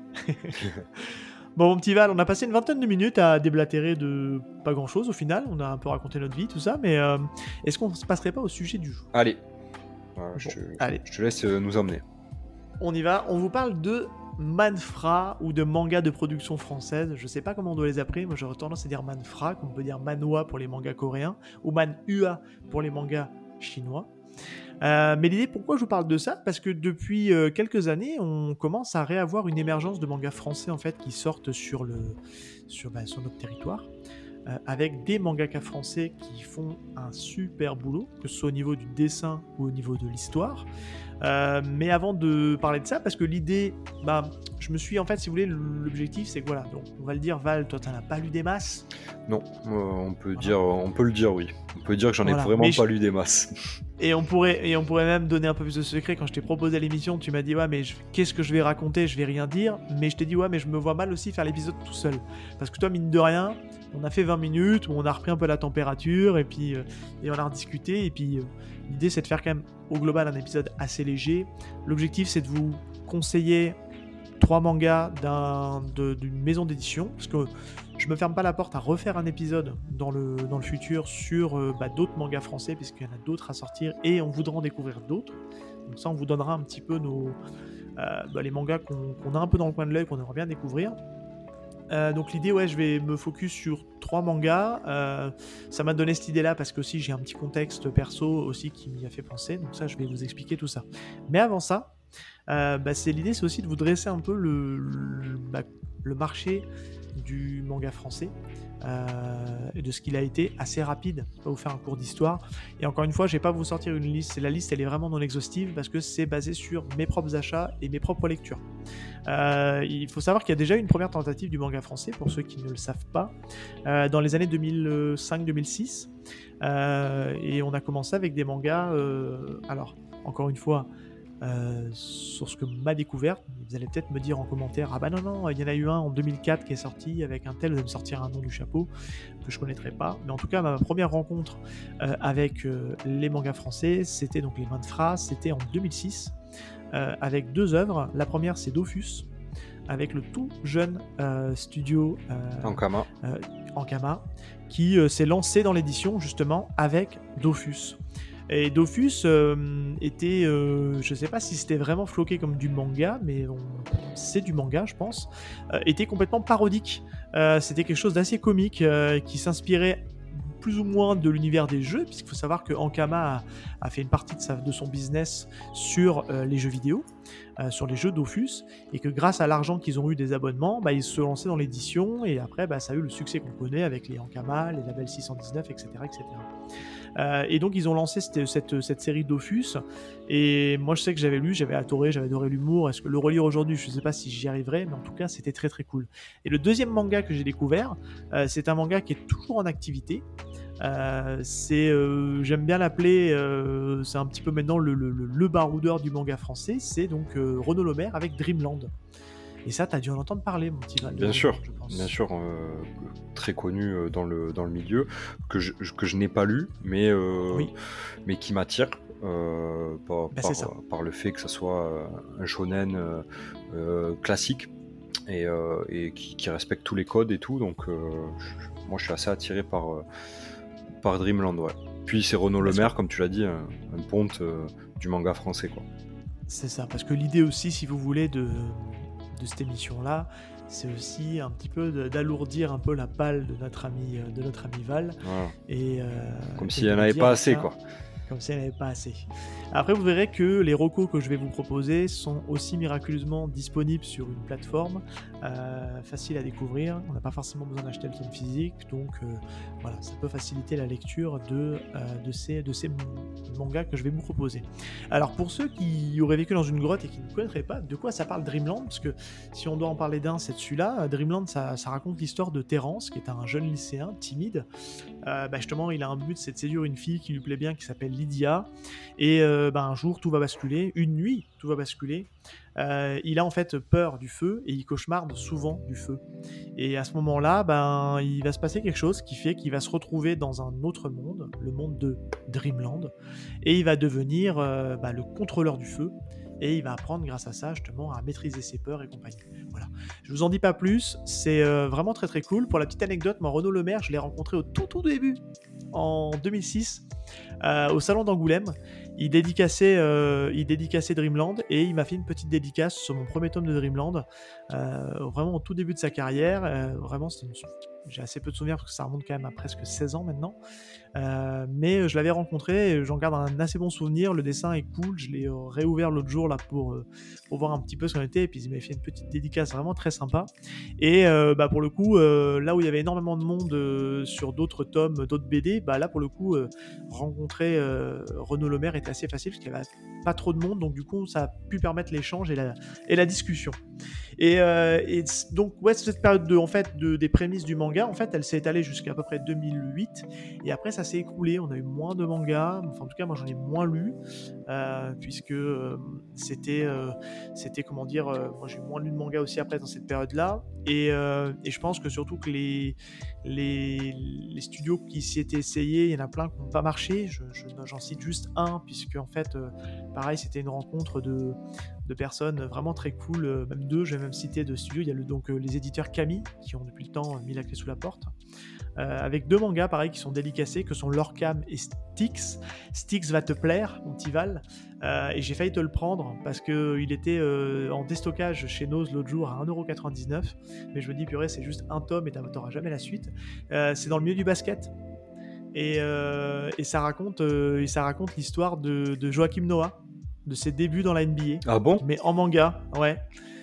Bon, mon petit Val, on a passé une vingtaine de minutes à déblatérer de pas grand chose au final. On a un peu raconté notre vie, tout ça, mais est-ce qu'on se passerait pas au sujet du jour ? Allez. Allez. Je te laisse nous emmener. On y va. On vous parle de manfra ou de manga de production française. Je sais pas comment on doit les appeler. Moi, j'aurais tendance à dire manfra, comme on peut dire manhwa pour les mangas coréens, ou manhua pour les mangas chinois. Mais l'idée, pourquoi je vous parle de ça ? Parce que depuis quelques années, on commence à réavoir une émergence de mangas français en fait qui sortent sur notre territoire, avec des mangakas français qui font un super boulot, que ce soit au niveau du dessin ou au niveau de l'histoire. Mais avant de parler de ça, parce que l'idée, je me suis en fait, si vous voulez, l'objectif c'est que voilà, donc on va le dire, Val, toi t'en as pas lu des masses. Non, on peut le dire, oui. On peut dire que j'en ai vraiment pas lu des masses. Et on pourrait même donner un peu plus de secret. Quand je t'ai proposé l'émission, tu m'as dit ouais, mais qu'est-ce que je vais raconter ? Je vais rien dire. Mais je t'ai dit ouais, mais je me vois mal aussi faire l'épisode tout seul, parce que toi, mine de rien, on a fait 20 minutes où on a repris un peu la température et puis et on a rediscuté et puis l'idée c'est de faire quand même au global un épisode assez léger. L'objectif c'est de vous conseiller 3 mangas d'une maison d'édition, parce que je me ferme pas la porte à refaire un épisode dans le futur sur d'autres mangas français, puisqu'il y en a d'autres à sortir et on voudra en découvrir d'autres. Donc ça, on vous donnera un petit peu les mangas qu'on a un peu dans le coin de l'œil, qu'on aimerait bien découvrir. Donc l'idée, je vais me focus sur 3 mangas. Ça m'a donné cette idée-là parce que aussi j'ai un petit contexte perso aussi qui m'y a fait penser. Donc ça, je vais vous expliquer tout ça. Mais avant ça, l'idée, c'est aussi de vous dresser un peu le marché du manga français et de ce qu'il a été, assez rapide. Je vais pas vous faire un cours d'histoire. Et encore une fois, je vais pas vous sortir une liste. La liste, elle est vraiment non exhaustive parce que c'est basé sur mes propres achats et mes propres lectures. Il faut savoir qu'il y a déjà eu une première tentative du manga français, pour ceux qui ne le savent pas, dans les années 2005-2006. Et on a commencé avec des mangas, alors, encore une fois, sur ce que m'a découverte, vous allez peut-être me dire en commentaire ah bah non, il y en a eu un en 2004 qui est sorti avec un tel, vous allez me sortir un nom du chapeau que je connaîtrais pas, mais en tout cas ma première rencontre avec les mangas français, c'était donc les manfra, c'était en 2006 avec 2 œuvres. La première c'est Dofus, avec le tout jeune studio Ankama, qui s'est lancé dans l'édition justement avec Dofus. Et Dofus était, je sais pas si c'était vraiment floqué comme du manga, mais c'est du manga, je pense, était complètement parodique. C'était quelque chose d'assez comique qui s'inspirait plus ou moins de l'univers des jeux, puisqu'il faut savoir que Ankama a fait une partie de son business sur les jeux vidéo, sur les jeux Dofus, et que grâce à l'argent qu'ils ont eu des abonnements, ils se sont lancés dans l'édition, et après ça a eu le succès qu'on connaît avec les Ankama, les labels 619, etc. etc. Et donc ils ont lancé cette série Dofus, et moi je sais que j'avais adoré l'humour. Est-ce que le relire aujourd'hui, je sais pas si j'y arriverai, mais en tout cas c'était très très cool. Et le deuxième manga que j'ai découvert, c'est un manga qui est toujours en activité. J'aime bien l'appeler, c'est un petit peu maintenant le baroudeur du manga français, c'est donc Renaud Lemaire avec Dreamland. Et ça, t'as dû en entendre parler, mon petit Val. Bien sûr, très connu dans le milieu, que je n'ai pas lu, mais qui m'attire par le fait que ça soit un shonen classique et qui respecte tous les codes et tout, donc moi je suis assez attiré par Dreamland, ouais. Puis c'est Renaud Lemaire, comme tu l'as dit, un ponte du manga français, quoi. C'est ça, parce que l'idée aussi, si vous voulez, de cette émission-là, c'est aussi un petit peu d'alourdir un peu la palle de notre ami Val. Voilà. Et, comme s'il n'y en avait pas assez, quoi. Comme s'il n'y en avait pas assez. Après, vous verrez que les recos que je vais vous proposer sont aussi miraculeusement disponibles sur une plateforme facile à découvrir. On n'a pas forcément besoin d'acheter le tome physique, donc voilà, ça peut faciliter la lecture de ces mangas que je vais vous proposer. Alors, pour ceux qui auraient vécu dans une grotte et qui ne connaîtraient pas de quoi ça parle Dreamland, parce que si on doit en parler d'un, c'est de celui-là. Dreamland, ça raconte l'histoire de Terence, qui est un jeune lycéen timide. Justement, il a un but, c'est de séduire une fille qui lui plaît bien, qui s'appelle Lydia, et un jour tout va basculer, une nuit tout va basculer. Il a en fait peur du feu et il cauchemarde souvent du feu, et à ce moment-là il va se passer quelque chose qui fait qu'il va se retrouver dans un autre monde, le monde de Dreamland, et il va devenir le contrôleur du feu, et il va apprendre grâce à ça justement à maîtriser ses peurs et compagnie. Voilà. Je vous en dis pas plus, c'est vraiment très très cool. Pour la petite anecdote, moi Renaud Lemaire, je l'ai rencontré au tout début, en 2006, au salon d'Angoulême. Il dédicaçait Dreamland, et il m'a fait une petite dédicace sur mon premier tome de Dreamland, vraiment au tout début de sa carrière. Vraiment, j'ai assez peu de souvenirs parce que ça remonte quand même à presque 16 ans maintenant. Mais je l'avais rencontré et j'en garde un assez bon souvenir. Le dessin est cool. Je l'ai réouvert l'autre jour là pour voir un petit peu ce qu'on était, et puis il m'avait fait une petite dédicace vraiment très sympa. Et pour le coup, là où il y avait énormément de monde sur d'autres tomes, d'autres BD, là pour le coup, rencontrer Renaud Lemaire était assez facile parce qu'il n'y avait pas trop de monde, donc du coup ça a pu permettre l'échange et la discussion. Et donc cette période des prémices du manga, en fait, elle s'est étalée jusqu'à peu près 2008, et après ça s'est écoulé. On a eu moins de mangas, enfin en tout cas moi j'en ai moins lu, puisque c'était comment dire, moi j'ai moins lu de mangas aussi après dans cette période-là, et je pense que surtout que les studios qui s'y étaient essayés, il y en a plein qui n'ont pas marché. J'en cite juste un, puisque en fait pareil, c'était une rencontre de personnes vraiment très cool, même deux, je vais même citer de studios. Il y a les éditeurs Kami qui ont depuis le temps mis la clé sous la porte, avec deux mangas pareil qui sont dédicacés, que sont Lorcam et Styx. Styx va te plaire, mon petit Val, et j'ai failli te le prendre parce qu'il était en déstockage chez Noz l'autre jour à 1,99€, mais je me dis purée, c'est juste un tome et t'auras jamais la suite. C'est dans le milieu du basket, et ça raconte l'histoire de Joachim Noah, de ses débuts dans la NBA. Ah bon ? Mais en manga, ouais.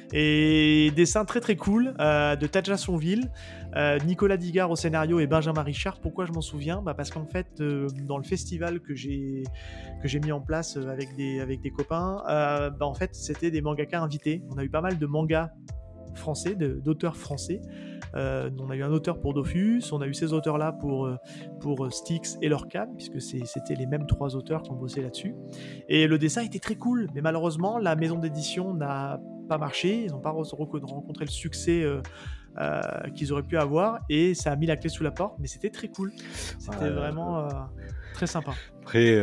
Et dessin très très cool de Tadja Sonville, Nicolas Digard au scénario et Benjamin Richard. Pourquoi je m'en souviens ? Parce qu'en fait, dans le festival que j'ai mis en place avec des copains, en fait, c'était des mangaka invités. On a eu pas mal de mangas français, d'auteurs français. On a eu un auteur pour Dofus, on a eu ces auteurs-là pour Styx et Lorcam, puisque c'était les mêmes trois auteurs qui ont bossé là-dessus. Et le dessin était très cool, mais malheureusement, la maison d'édition n'a pas marché, ils n'ont pas rencontré le succès qu'ils auraient pu avoir, et ça a mis la clé sous la porte, mais c'était très cool. C'était vraiment très sympa. Après,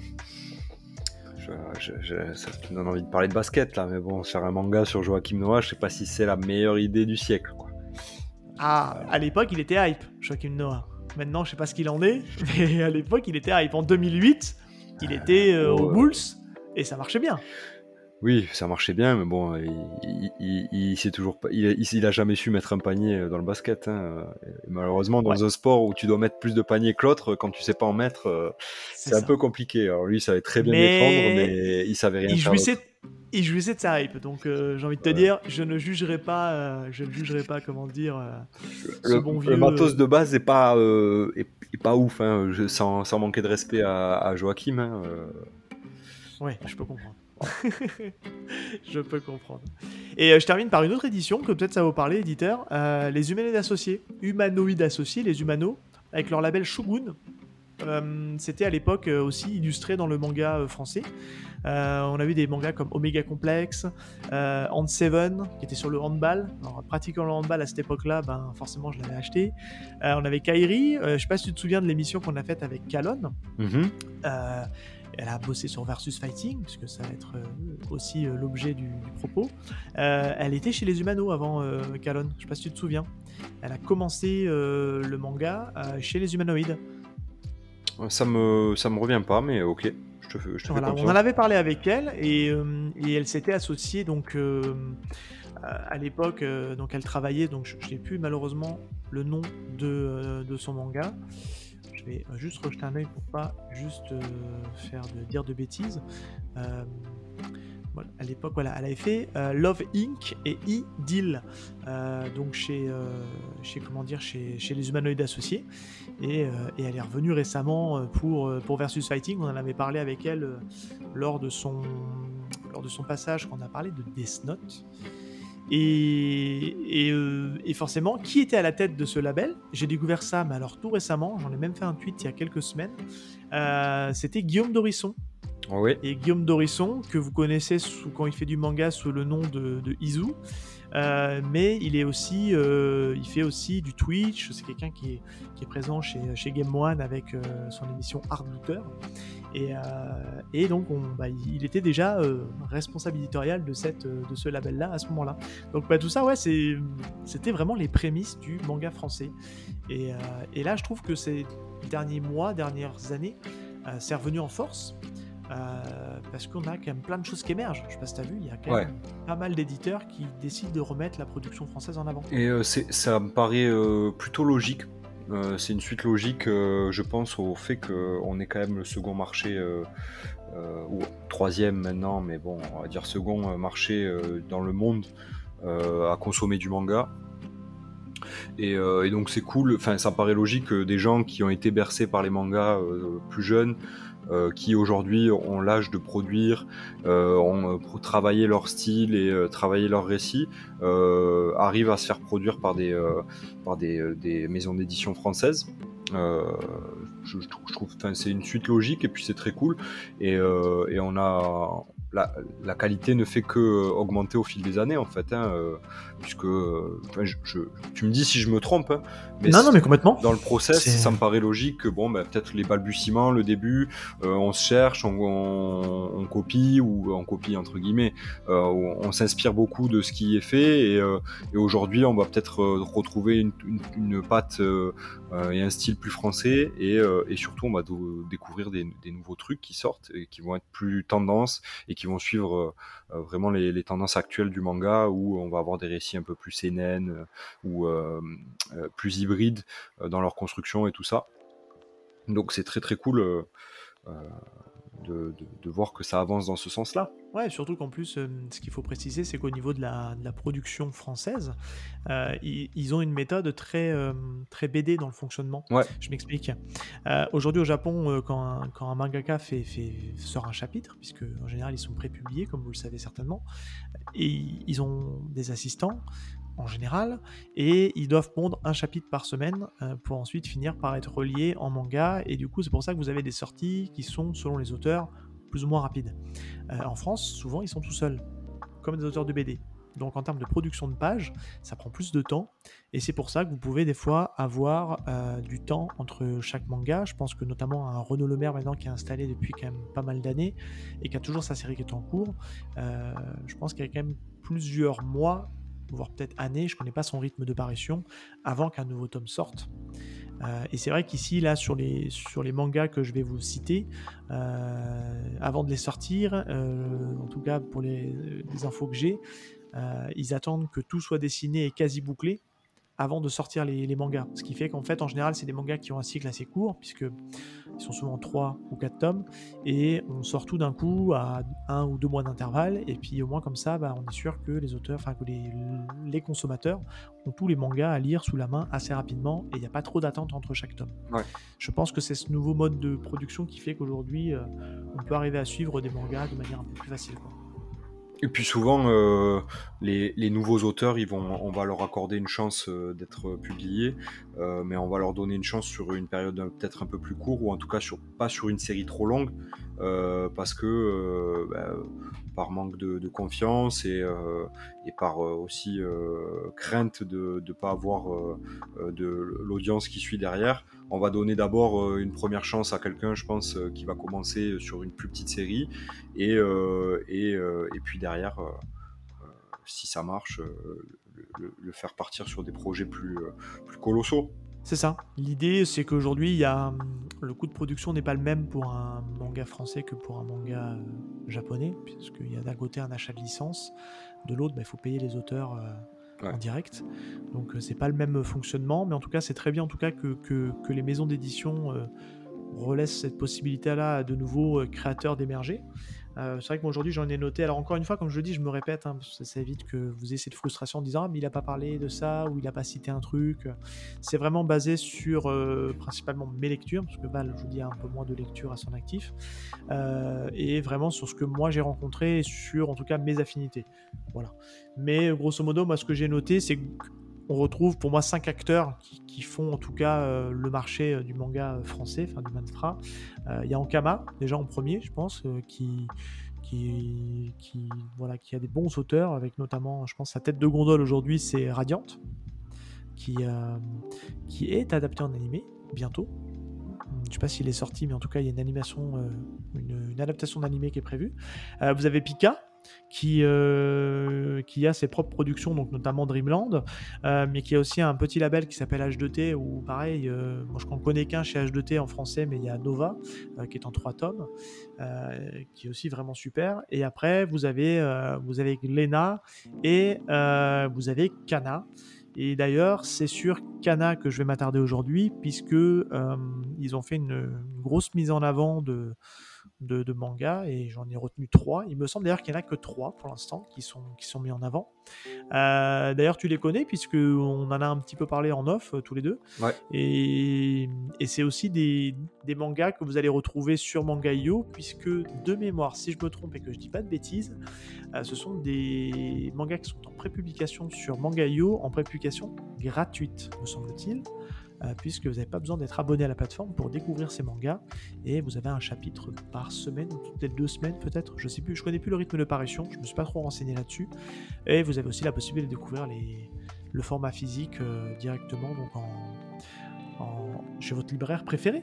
ça me donne envie de parler de basket là, mais bon, faire un manga sur Joachim Noah, je sais pas si c'est la meilleure idée du siècle, quoi. Ah, à l'époque, il était hype, Joachim Noah. Maintenant, je sais pas ce qu'il en est, mais à l'époque, il était hype. En 2008, il était aux Oh, Bulls et ça marchait bien. oui, ça marchait bien, mais bon, il sait toujours pas, il a jamais su mettre un panier dans le basket, hein. Et malheureusement, Ouais, dans un sport où tu dois mettre plus de paniers que l'autre, quand tu sais pas en mettre, c'est c'est un ça. peu compliqué. Alors lui, il savait très bien défendre, Mais mais il savait rien il faire d'autre. jouissait, il jouissait de sa hype. Donc j'ai envie de te Ouais. dire, je ne jugerai pas, comment dire, ce bon Le vieux. matos de base est pas ouf, hein, sans manquer de respect à Joachim, hein, Ouais, je peux comprendre. voilà. Je peux comprendre. Et je termine par une autre édition, que peut-être ça va vous parler, éditeur. Les Humanoïdes Associés, les Humano, avec leur label Shogun. C'était à l'époque aussi illustré dans le manga français. On a vu des mangas comme Omega Complex, Hand Seven, qui était sur le handball. Alors, pratiquant le handball à cette époque-là, ben, forcément, je l'avais acheté. On avait Kairi, je sais pas si tu te souviens de l'émission qu'on a faite avec Kalon. Mhm. Euh, Elle a bossé sur Versus Fighting, puisque ça va être aussi l'objet du propos. Elle était chez les Humano avant Kalon, je sais pas si tu te souviens. Elle a commencé le manga chez les Humanoïdes. Ça me revient pas, mais ok, je te fais Voilà, on en confiance. avait parlé avec elle et elle s'était associée donc à l'époque, donc elle travaillait, donc je n'ai plus malheureusement le nom de son manga. Je vais juste rejeter un œil pour pas juste dire de bêtises. Euh, voilà, à l'époque, voilà, elle avait fait Love Inc. et E-Deal, donc chez les Humanoïdes Associés. Et elle est revenue récemment pour Versus Fighting. On en avait parlé avec elle lors de son passage quand on a parlé de Death Note. Et forcément, qui était à la tête de ce label? J'ai découvert ça, mais alors tout récemment, j'en ai même fait un tweet il y a quelques semaines. C'était Guillaume Dorisson. Oui. Et Guillaume Dorisson, que vous connaissez quand il fait du manga sous le nom de Izu. Mais il fait aussi du Twitch. C'est quelqu'un qui est présent chez Game One avec son émission Art Looter. Et donc, il était déjà responsable éditorial de ce label-là à ce moment-là. Donc, tout ça, ouais, c'était vraiment les prémices du manga français. Et là, je trouve que ces derniers mois, dernières années, c'est revenu en force. Parce qu'on a quand même plein de choses qui émergent. Je sais pas si tu as vu, il y a quand même pas mal d'éditeurs qui décident de remettre la production française en avant. Et ça me paraît plutôt logique. C'est une suite logique, je pense, au fait qu'on est quand même le second marché, ou troisième maintenant, mais bon, on va dire second marché dans le monde à consommer du manga. Et donc c'est cool, enfin ça me paraît logique que des gens qui ont été bercés par les mangas plus jeunes, qui aujourd'hui ont l'âge de produire, ont travaillé leur style et travaillé leur récit, arrivent à se faire produire par des maisons d'édition françaises. Je trouve, c'est une suite logique et puis c'est très cool. Et on a la qualité ne fait que augmenter au fil des années en fait, hein, puisque tu me dis si je me trompe, hein, mais non, mais complètement. dans le process, ça me paraît logique que bon, peut-être les balbutiements, le début, on se cherche, on copie ou on copie entre guillemets, on s'inspire beaucoup de ce qui est fait et aujourd'hui on va peut-être retrouver une patte et un style plus français et surtout on va découvrir des nouveaux trucs qui sortent et qui vont être plus tendance et qui vont suivre vraiment les tendances actuelles du manga où on va avoir des récits un peu plus seinen ou plus hybrides dans leur construction et tout ça. Donc c'est très très cool de voir que ça avance dans ce sens-là. Ouais, surtout qu'en plus, ce qu'il faut préciser, c'est qu'au niveau de la production française, ils ont une méthode très BD dans le fonctionnement. Ouais. Je m'explique. Aujourd'hui, au Japon, quand un mangaka sort un chapitre, puisque en général, ils sont prépubliés, comme vous le savez certainement, et ils ont des assistants, en général, et ils doivent pondre un chapitre par semaine pour ensuite finir par être reliés en manga, et du coup, c'est pour ça que vous avez des sorties qui sont, selon les auteurs, plus ou moins rapides. En France, souvent, ils sont tout seuls, comme des auteurs de BD. Donc en termes de production de pages, ça prend plus de temps, et c'est pour ça que vous pouvez des fois avoir du temps entre chaque manga. Je pense que notamment à un Renaud Lemaire maintenant qui est installé depuis quand même pas mal d'années, et qui a toujours sa série qui est en cours, je pense qu'il y a quand même plusieurs mois, voire peut-être années, je connais pas son rythme de parution, avant qu'un nouveau tome sorte. Et c'est vrai qu'ici, là, sur les mangas que je vais vous citer, avant de les sortir, en tout cas pour les infos que j'ai, ils attendent que tout soit dessiné et quasi bouclé avant de sortir les mangas. Ce qui fait qu'en fait, en général, c'est des mangas qui ont un cycle assez court, puisqu'ils sont souvent 3 ou 4 tomes, et on sort tout d'un coup à 1 ou 2 mois d'intervalle, et puis au moins comme ça, on est sûr que les auteurs, enfin que les consommateurs ont tous les mangas à lire sous la main assez rapidement, et il n'y a pas trop d'attente entre chaque tome. Ouais. Je pense que c'est ce nouveau mode de production qui fait qu'aujourd'hui, on peut arriver à suivre des mangas de manière un peu plus facile, quoi. Et puis souvent, les nouveaux auteurs, on va leur accorder une chance d'être publiés, mais on va leur donner une chance sur une période peut-être un peu plus courte, ou en tout cas pas sur une série trop longue, parce que par manque de confiance et par aussi crainte de ne pas avoir de l'audience qui suit derrière. On va donner d'abord une première chance à quelqu'un, je pense, qui va commencer sur une plus petite série, et puis derrière, si ça marche, le faire partir sur des projets plus colossaux. C'est ça. L'idée, c'est qu'aujourd'hui, le coût de production n'est pas le même pour un manga français que pour un manga japonais, puisqu'il y a d'un côté un achat de licence, de l'autre, il faut payer les auteurs en direct. Donc, c'est pas le même fonctionnement, mais en tout cas, c'est très bien en tout cas que les maisons d'édition relaissent cette possibilité-là à de nouveaux créateurs d'émerger. C'est vrai que moi aujourd'hui j'en ai noté, alors encore une fois comme je le dis, je me répète, parce que ça évite que vous ayez cette frustration en disant mais il a pas parlé de ça ou il a pas cité un truc. C'est vraiment basé sur principalement mes lectures, parce que Val, je vous dis, a un peu moins de lecture à son actif, et vraiment sur ce que moi j'ai rencontré et sur en tout cas mes affinités. Voilà. Mais grosso modo, moi ce que j'ai noté, c'est qu'on retrouve pour moi 5 acteurs qui font en tout cas le marché du manga français, enfin du manfra. Il y a Ankama, déjà en premier, je pense, qui a des bons auteurs, avec notamment, je pense, sa tête de gondole aujourd'hui, c'est Radiant, qui est adapté en animé bientôt. Je ne sais pas s'il est sorti, mais en tout cas, il y a une adaptation d'animé qui est prévue. Vous avez Pika, qui a ses propres productions, donc notamment Dreamland, mais qui a aussi un petit label qui s'appelle H2T, où pareil, moi je ne connais qu'un chez H2T en français, mais il y a Nova, qui est en 3 tomes, qui est aussi vraiment super. Et après, vous avez Glénat et vous avez Kana. Et d'ailleurs, c'est sur Kana que je vais m'attarder aujourd'hui, puisque ils ont fait une grosse mise en avant de mangas, et j'en ai retenu 3. Il me semble d'ailleurs qu'il n'y en a que 3 pour l'instant qui sont mis en avant. D'ailleurs, tu les connais, puisqu'on en a un petit peu parlé en off tous les deux. Ouais. Et c'est aussi des mangas que vous allez retrouver sur Manga.io, puisque de mémoire, si je me trompe et que je dis pas de bêtises, ce sont des mangas qui sont en prépublication sur Manga.io, en prépublication gratuite, me semble-t-il. Puisque vous n'avez pas besoin d'être abonné à la plateforme pour découvrir ces mangas, et vous avez un chapitre par semaine, ou peut-être 2 semaines peut-être, je sais plus, je connais plus le rythme de parution, je me suis pas trop renseigné là-dessus. Et vous avez aussi la possibilité de découvrir le format physique directement, donc chez votre libraire préféré.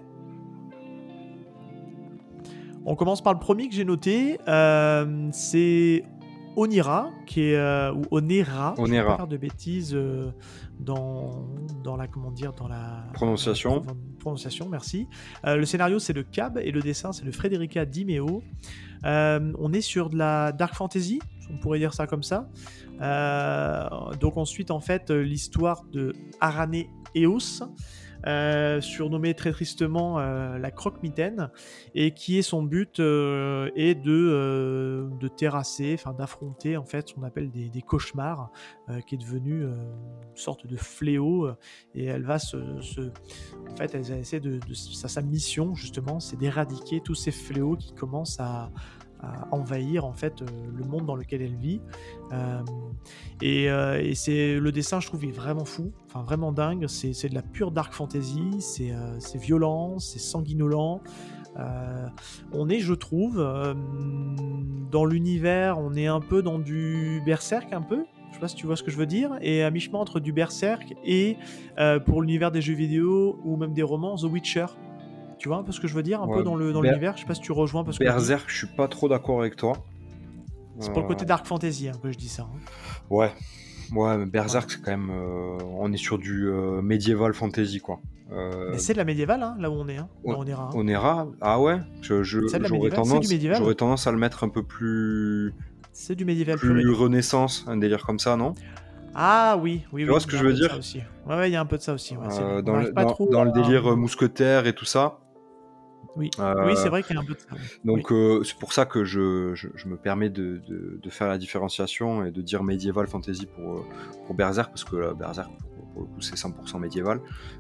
On commence par le premier que j'ai noté, c'est Onira, qui est ou Onera, je ne vais pas faire de bêtises dans la prononciation. Prononciation, merci. Le scénario c'est de Cab et le dessin c'est de Frederica Di Meo. On est sur de la dark fantasy, on pourrait dire ça comme ça. Donc ensuite en fait l'histoire de Arane Eos, surnommée très tristement la croque-mitaine, et qui est son but est de terrasser, enfin d'affronter en fait ce qu'on appelle des cauchemars, qui est devenu une sorte de fléau, et elle va en fait elle va essayer sa mission justement, c'est d'éradiquer tous ces fléaux qui commencent à envahir en fait le monde dans lequel elle vit, et c'est le dessin, je trouve, est vraiment fou, enfin vraiment dingue. C'est de la pure dark fantasy, c'est violent, c'est sanguinolent. On est, je trouve, dans l'univers, on est un peu dans du Berserk, un peu. Je sais pas si tu vois ce que je veux dire, et à mi-chemin entre du Berserk et pour l'univers des jeux vidéo ou même des romans, The Witcher. Tu vois un peu ce que je veux dire, un peu dans l'univers. Je sais pas si tu rejoins parce que Berserk, je suis pas trop d'accord avec toi. C'est pour le côté dark fantasy que je dis ça. Ouais. Ouais, mais Berserk, c'est quand même. On est sur du médiéval fantasy, quoi. Mais c'est de la médiévale, hein, là où on est, hein, dans O- Onera. Hein. Onera, ah ouais, C'est de la médiévale, c'est du médiéval. j'aurais tendance à le mettre un peu C'est du médiéval pur et plus dur. Renaissance, un délire comme ça, non? Ah oui, oui, Tu oui, vois ce il que y a je un veux peu de ça dire? aussi. Ouais, il y a un peu de ça aussi. Ouais, c'est vrai. On Dans n'arrive pas trop dans le à... délire mousquetaire et tout ça. Oui, oui, c'est Euh, vrai qu'il y a un peu de ça. Oui. donc c'est pour ça que je me permets de faire la différenciation et de dire médiéval fantasy pour Berserk, parce que Berserk, pour le coup, c'est 100% médiéval.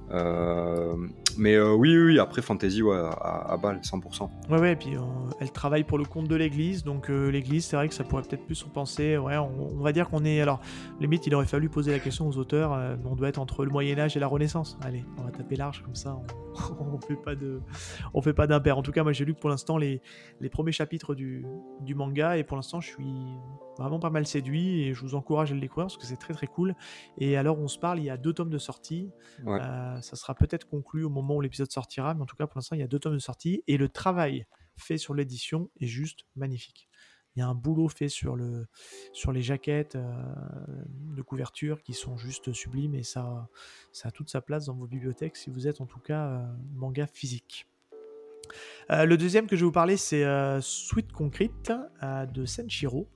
Mais oui, après fantasy, ouais, à balle, 100%. Ouais, ouais, et puis elle travaille pour le compte de l'église, donc l'église, c'est vrai que ça pourrait peut-être plus repenser. Ouais, on va dire qu'on est. Alors, limite, il aurait fallu poser la question aux auteurs, mais on doit être entre le Moyen-Âge et la Renaissance. Allez, on va taper large, comme ça, on fait pas d'impair. En tout cas, moi, j'ai lu que pour l'instant les premiers chapitres du manga, et pour l'instant, je suis vraiment pas mal séduit, et je vous encourage à le découvrir parce que c'est très très cool. Et alors, on se parle, il y a 2 tomes de sortie. Ouais. Ça sera peut-être conclu au moment où l'épisode sortira, mais en tout cas pour l'instant il y a 2 tomes de sortie et le travail fait sur l'édition est juste magnifique. Il y a un boulot fait sur les jaquettes de couverture qui sont juste sublimes et ça a toute sa place dans vos bibliothèques si vous êtes en tout cas manga physique. Le deuxième que je vais vous parler c'est Sweet Concrete de Senshiro.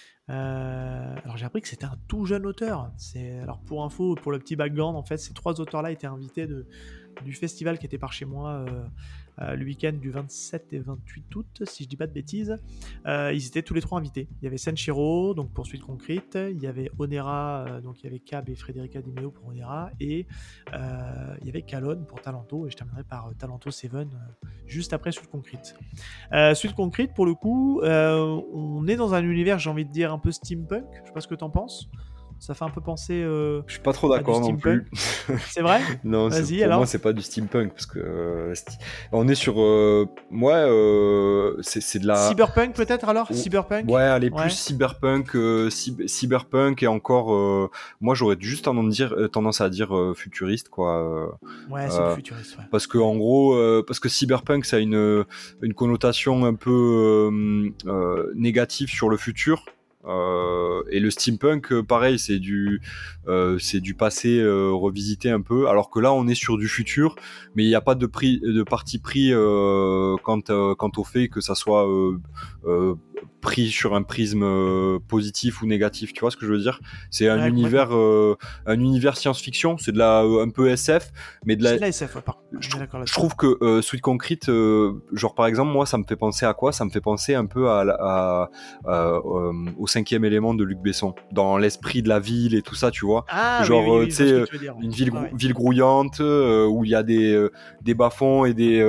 Alors j'ai appris que c'était un tout jeune auteur. Alors pour info, pour le petit background, en fait, ces 3 auteurs-là étaient invités du festival qui était par chez moi le week-end du 27 et 28 août, si je dis pas de bêtises. Ils étaient tous les 3 invités. Il y avait Senshiro, donc pour Suite Concrete, il y avait Onera, donc il y avait Cab et Frédérica Di Meo pour Onera, et il y avait Calonne pour Talento, et je terminerai par Talento 7 juste après Suite Concrete. Suite Concrete, pour le coup, on est dans un univers, j'ai envie de dire, un peu steampunk. Je sais pas ce que t'en penses. Ça fait un peu penser Je suis pas trop à du d'accord non plus. steampunk. C'est vrai? Non, Vas-y, pour alors. moi, c'est pas du steampunk parce que on est sur. C'est de la. Cyberpunk peut-être alors? Oh, Cyberpunk? ouais, elle est Ouais. plus cyberpunk, cyberpunk et encore. Moi, j'aurais juste tendance à dire futuriste, quoi. Ouais, c'est du futuriste, ouais. Parce que en gros, parce que cyberpunk, ça a une connotation un peu négative sur le futur. Et le steampunk, pareil, c'est du passé revisité un peu. Alors que là, on est sur du futur, mais il n'y a pas de parti pris quant au fait que ça soit pris sur un prisme positif ou négatif. Tu vois ce que je veux dire? C'est un univers science-fiction. C'est de la un peu SF, mais c'est de la SF, ouais, je trouve que Sweet Concrete, genre par exemple, moi, ça me fait penser à quoi? Ça me fait penser un peu au 5e élément de Luc Besson, dans l'esprit de la ville et tout ça, tu vois. Ah, genre, oui, tu sais, une ouais. ville grouillante où il y a des bas-fonds et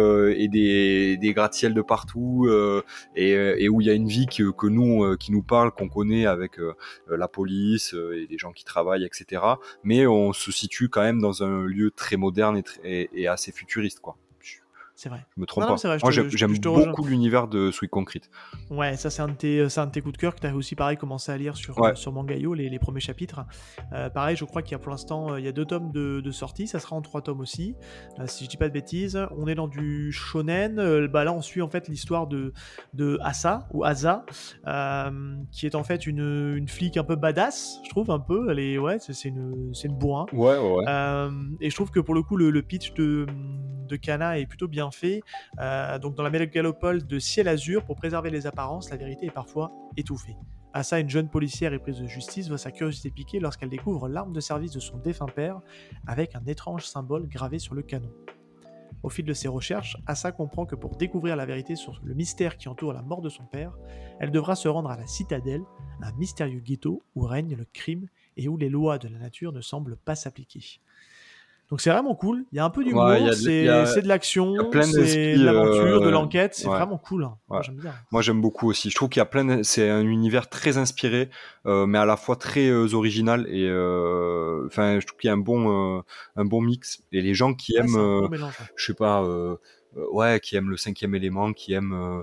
des gratte-ciel de partout et où il y a une vie que nous, qui nous parle, qu'on connaît avec la police et les gens qui travaillent, etc. Mais on se situe quand même dans un lieu très moderne et assez futuriste, quoi. C'est vrai. Je me trompe Non, pas. c'est vrai, Moi, j'aime rejoins. beaucoup l'univers de Sweet Concrete. Ouais, ça c'est un de tes coups de cœur que tu as aussi pareil commencé à lire sur Mangayo, les premiers chapitres. Pareil, je crois qu'il y a pour l'instant il y a 2 tomes de sortie, ça sera en 3 tomes aussi, si je dis pas de bêtises. On est dans du shonen, là on suit en fait l'histoire de Asa, ou Asa, qui est en fait une flic un peu badass, je trouve un peu, elle est, ouais, c'est une bourrin. Ouais. Et je trouve que pour le coup le pitch de Kana est plutôt bien fait. Donc dans la mégalopole de ciel azur, pour préserver les apparences, la vérité est parfois étouffée. Asa, une jeune policière éprise de justice, voit sa curiosité piquée lorsqu'elle découvre l'arme de service de son défunt père avec un étrange symbole gravé sur le canon. Au fil de ses recherches, Asa comprend que pour découvrir la vérité sur le mystère qui entoure la mort de son père, elle devra se rendre à la Citadelle, un mystérieux ghetto où règne le crime et où les lois de la nature ne semblent pas s'appliquer. Donc c'est vraiment cool, il y a un peu d'humour, Ouais, c'est de l'action, c'est de l'aventure, de l'enquête, c'est vraiment cool. Hein. Ouais. Moi j'aime bien. Moi j'aime beaucoup aussi. Je trouve qu'il y a c'est un univers très inspiré, mais à la fois très original et je trouve qu'il y a un bon mix. Et les gens qui aiment, bon mélange, je sais pas, qui aiment le 5e élément, qui aiment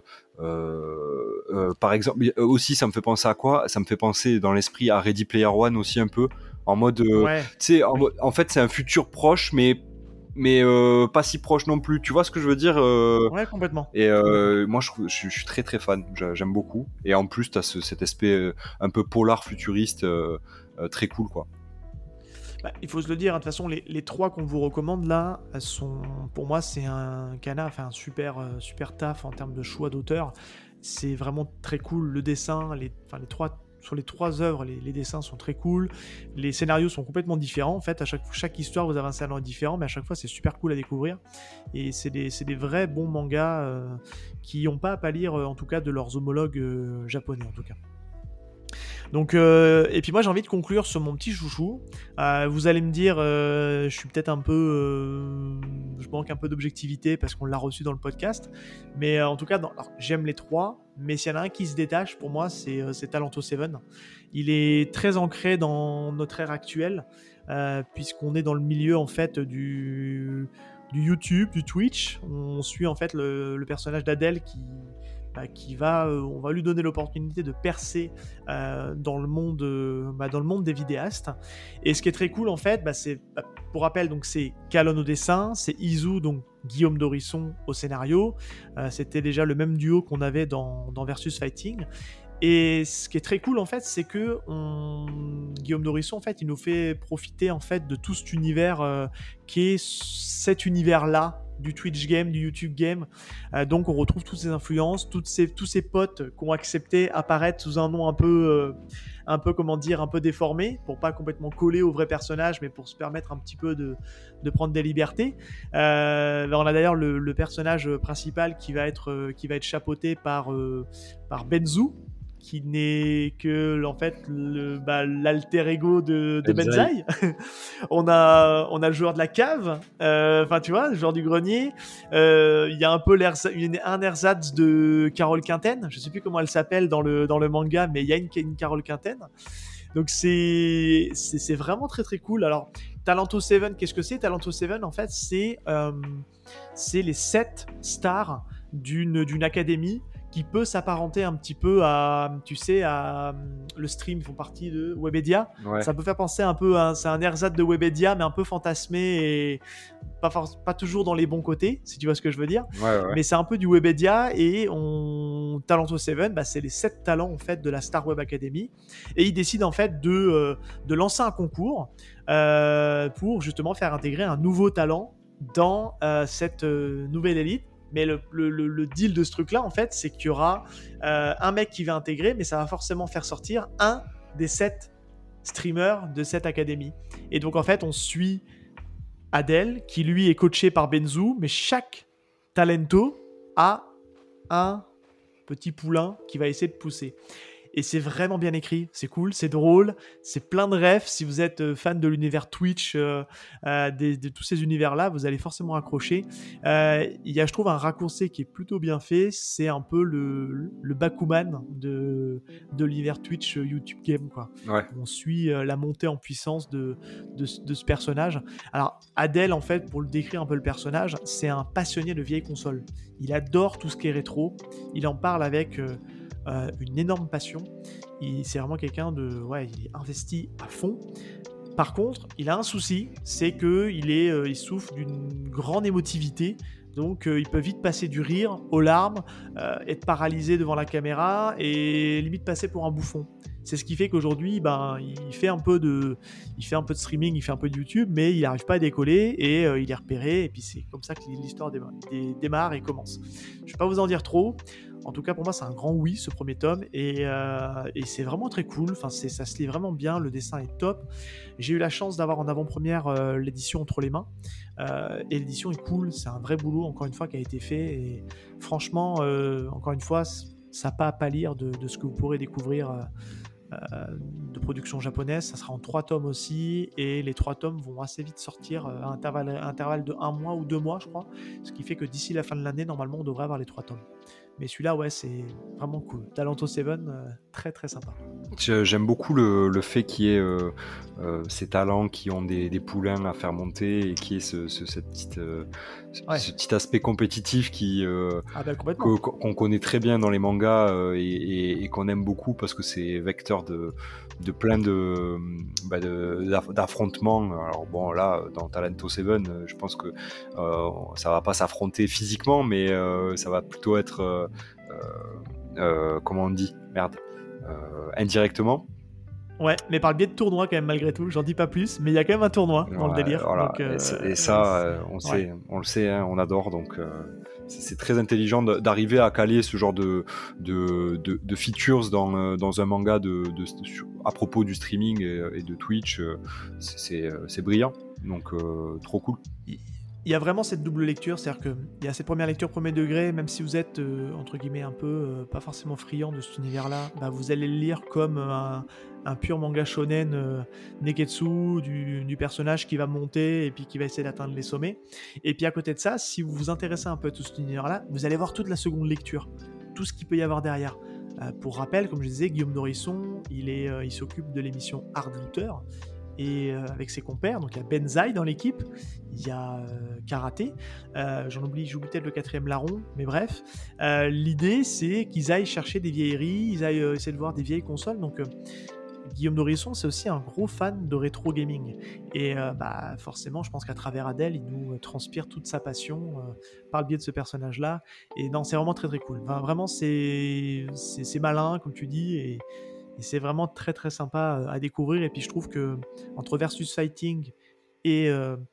par exemple, aussi ça me fait penser à quoi? Ça me fait penser dans l'esprit à Ready Player One aussi un peu. En mode, tu sais, en fait, c'est un futur proche, mais pas si proche non plus. Tu vois ce que je veux dire? Ouais, complètement. Et moi, je suis très très fan. J'aime beaucoup. Et en plus, t'as cet aspect un peu polar futuriste très cool, quoi. Il faut se le dire, de toute façon, les 3 qu'on vous recommande là, elles sont, pour moi, c'est un Kana fait un super taf en termes de choix d'auteur. C'est vraiment très cool. Le dessin, sur les 3 œuvres, les dessins sont très cool. Les scénarios sont complètement différents. En fait, à chaque histoire, vous avez un scénario différent, mais à chaque fois, c'est super cool à découvrir. Et c'est des vrais bons mangas qui n'ont pas à pâlir, en tout cas, de leurs homologues japonais, en tout cas. Donc, et puis moi j'ai envie de conclure sur mon petit chouchou. Vous allez me dire, je suis peut-être un peu, je manque un peu d'objectivité parce qu'on l'a reçu dans le podcast, mais en tout cas, alors, j'aime les 3, mais s'il y en a un qui se détache, pour moi, c'est Talento 7. Il est très ancré dans notre ère actuelle, puisqu'on est dans le milieu en fait du YouTube, du Twitch. On suit en fait le personnage d'Adèle qui va, on va lui donner l'opportunité de percer dans le monde des vidéastes. Et ce qui est très cool en fait, c'est, pour rappel, donc c'est Calonne au dessin, c'est Izu, donc Guillaume Dorisson au scénario. C'était déjà le même duo qu'on avait dans Versus Fighting. Et ce qui est très cool en fait, c'est que Guillaume Dorisson en fait, il nous fait profiter en fait de tout cet univers qui est cet univers-là du Twitch game, du YouTube game. Donc on retrouve toutes ces influences, tous ces potes qui ont accepté apparaître sous un nom un peu comment dire, un peu déformé, pour pas complètement coller au vrai personnage, mais pour se permettre un petit peu de prendre des libertés. On a d'ailleurs le personnage principal qui va être chapeauté par Benzu, qui n'est que en fait l'alter ego de Benzaï. on a le joueur de la cave, enfin tu vois, le joueur du grenier. Il y a un peu un ersatz de Carole Quinten, je sais plus comment elle s'appelle dans le manga, mais il y a une Carole Quinten. Donc c'est vraiment très très cool. Alors Talento 7, qu'est-ce que c'est? Talento 7 en fait c'est les 7 stars d'une académie qui peut s'apparenter un petit peu à, tu sais, à le stream, ils font partie de Webedia. Ouais. Ça peut faire penser un peu c'est un ersatz de Webedia, mais un peu fantasmé et pas toujours dans les bons côtés, si tu vois ce que je veux dire. Ouais. Mais c'est un peu du Webedia et Talento 7, c'est les 7 talents en fait de la Star Web Academy, et ils décident en fait de lancer un concours pour justement faire intégrer un nouveau talent dans cette nouvelle élite. Mais le deal de ce truc-là, en fait, c'est qu'il y aura un mec qui va intégrer, mais ça va forcément faire sortir un des 7 streamers de cette académie. Et donc, en fait, on suit Adèle, qui lui est coaché par Benzu, mais chaque Talento a un petit poulain qui va essayer de pousser. Et c'est vraiment bien écrit, c'est cool, c'est drôle, c'est plein de refs. Si vous êtes fan de l'univers Twitch, de tous ces univers-là, vous allez forcément accrocher. Il y a, je trouve, un raccourci qui est plutôt bien fait. C'est un peu le Bakuman de l'univers Twitch YouTube Game, quoi. Ouais. On suit la montée en puissance de ce personnage. Alors, Adèle, en fait, pour le décrire un peu le personnage, c'est un passionné de vieilles consoles. Il adore tout ce qui est rétro. Il en parle avec une énorme passion. C'est vraiment quelqu'un il est investi à fond. Par contre, il a un souci, c'est qu'il souffre d'une grande émotivité. Donc il peut vite passer du rire aux larmes, être paralysé devant la caméra et limite passer pour un bouffon. C'est ce qui fait qu'aujourd'hui, il fait un peu de streaming, il fait un peu de YouTube, mais il n'arrive pas à décoller et il est repéré. Et puis c'est comme ça que l'histoire démarre et commence. Je ne vais pas vous en dire trop. En tout cas, pour moi, c'est un grand oui, ce premier tome, et c'est vraiment très cool. Enfin, ça se lit vraiment bien, le dessin est top. J'ai eu la chance d'avoir en avant-première l'édition entre les mains, et l'édition est cool. C'est un vrai boulot, encore une fois, qui a été fait. Et franchement, encore une fois, ça n'a pas à pâlir de ce que vous pourrez découvrir de production japonaise. Ça sera en 3 tomes aussi, et les 3 tomes vont assez vite sortir à intervalle de 1 mois ou 2 mois, je crois, ce qui fait que d'ici la fin de l'année, normalement, on devrait avoir les 3 tomes. Mais celui-là, ouais, c'est vraiment cool. Talento 7, très très sympa. J'aime beaucoup le fait qu'il y ait ces talents qui ont des poulains à faire monter, et qui ait ce petit aspect compétitif qu'on connaît très bien dans les mangas et qu'on aime beaucoup parce que c'est vecteur de plein d'affrontements. Alors bon, là, dans Talento 7, je pense que ça va pas s'affronter physiquement, mais ça va plutôt être comment on dit ? Indirectement. Ouais, mais par le biais de tournois quand même malgré tout. J'en dis pas plus, mais il y a quand même un tournoi dans le délire. Voilà. Donc, Et ça, on le sait, hein, on adore. Donc, c'est très intelligent d'arriver à caler ce genre de features dans un manga à propos du streaming et de Twitch. C'est brillant. Donc, trop cool. Il y a vraiment cette double lecture, c'est-à-dire qu'il y a cette première lecture premier degré, même si vous êtes, entre guillemets, un peu pas forcément friand de cet univers-là, bah, vous allez le lire comme un pur manga shonen neketsu, du personnage qui va monter et puis qui va essayer d'atteindre les sommets. Et puis à côté de ça, si vous vous intéressez un peu à tout cet univers-là, vous allez voir toute la seconde lecture, tout ce qu'il peut y avoir derrière. Pour rappel, comme je disais, Guillaume Dorisson, il s'occupe de l'émission Hard Looter, et avec ses compères, donc il y a Benzaï dans l'équipe, il y a Karaté, j'oublie peut-être le 4e larron, mais bref, l'idée c'est qu'ils aillent chercher des vieilleries, ils aillent essayer de voir des vieilles consoles, donc Guillaume Dorisson c'est aussi un gros fan de rétro gaming, et forcément je pense qu'à travers Adèle il nous transpire toute sa passion par le biais de ce personnage là, et non c'est vraiment très très cool, enfin, vraiment c'est malin comme tu dis, et c'est vraiment très très sympa à découvrir. Et puis je trouve que entre Versus Fighting et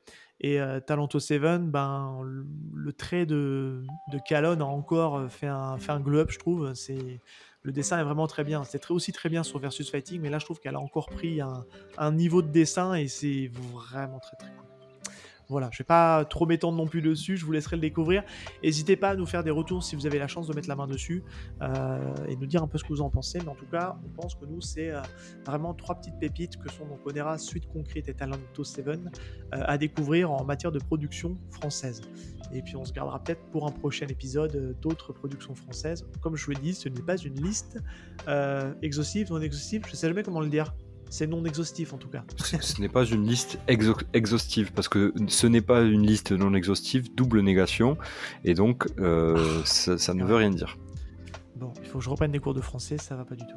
Talento 7, ben, le trait de Calonne a encore fait un glow-up, je trouve. Le dessin est vraiment très bien. C'est aussi très bien sur Versus Fighting, mais là je trouve qu'elle a encore pris un niveau de dessin et c'est vraiment très très cool. Voilà, je ne vais pas trop m'étendre non plus dessus, je vous laisserai le découvrir. N'hésitez pas à nous faire des retours si vous avez la chance de mettre la main dessus et nous dire un peu ce que vous en pensez. Mais en tout cas, on pense que nous, c'est vraiment 3 petites pépites que sont donc Onera, Suite Concrete et Talento 7 à découvrir en matière de production française. Et puis on se gardera peut-être pour un prochain épisode d'autres productions françaises. Comme je vous l'ai dit, ce n'est pas une liste exhaustive, non exhaustive, je ne sais jamais comment le dire. C'est non exhaustif en tout cas. Ce n'est pas une liste exhaustive, parce que ce n'est pas une liste non exhaustive, double négation, et donc ça ne veut rien dire. Bon, il faut que je reprenne des cours de français, ça va pas du tout.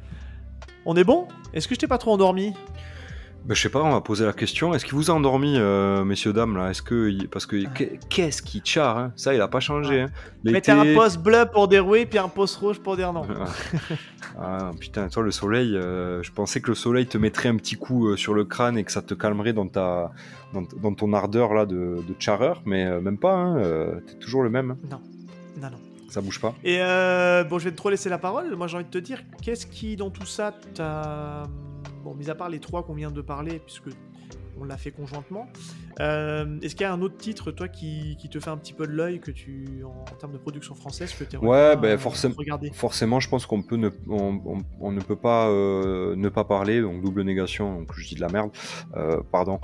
On est bon ? Est-ce que je t'ai pas trop endormi ? Ben, je sais pas, on va poser la question. Est-ce qu'il vous a endormi, messieurs, dames, là ? Parce que qu'est-ce qui charre, hein ? Ça, il a pas changé. Hein. Mettez un post bleu pour dire oui, puis un post rouge pour dire non. Ah, putain, toi, le soleil, je pensais que le soleil te mettrait un petit coup sur le crâne et que ça te calmerait dans ton ardeur là de charreur, mais même pas, hein, t'es toujours le même. Non. Ça bouge pas. Et bon, je vais trop laisser la parole. Moi, j'ai envie de te dire, qu'est-ce qui, dans tout ça, t'a... Bon, mis à part les 3 qu'on vient de parler, puisque on l'a fait conjointement, est-ce qu'il y a un autre titre, toi, qui te fait un petit peu de l'œil, que en termes de production française, que tu aimerais regarder ? Forcément, je pense qu'on on ne peut pas ne pas parler, donc double négation, donc je dis de la merde, pardon.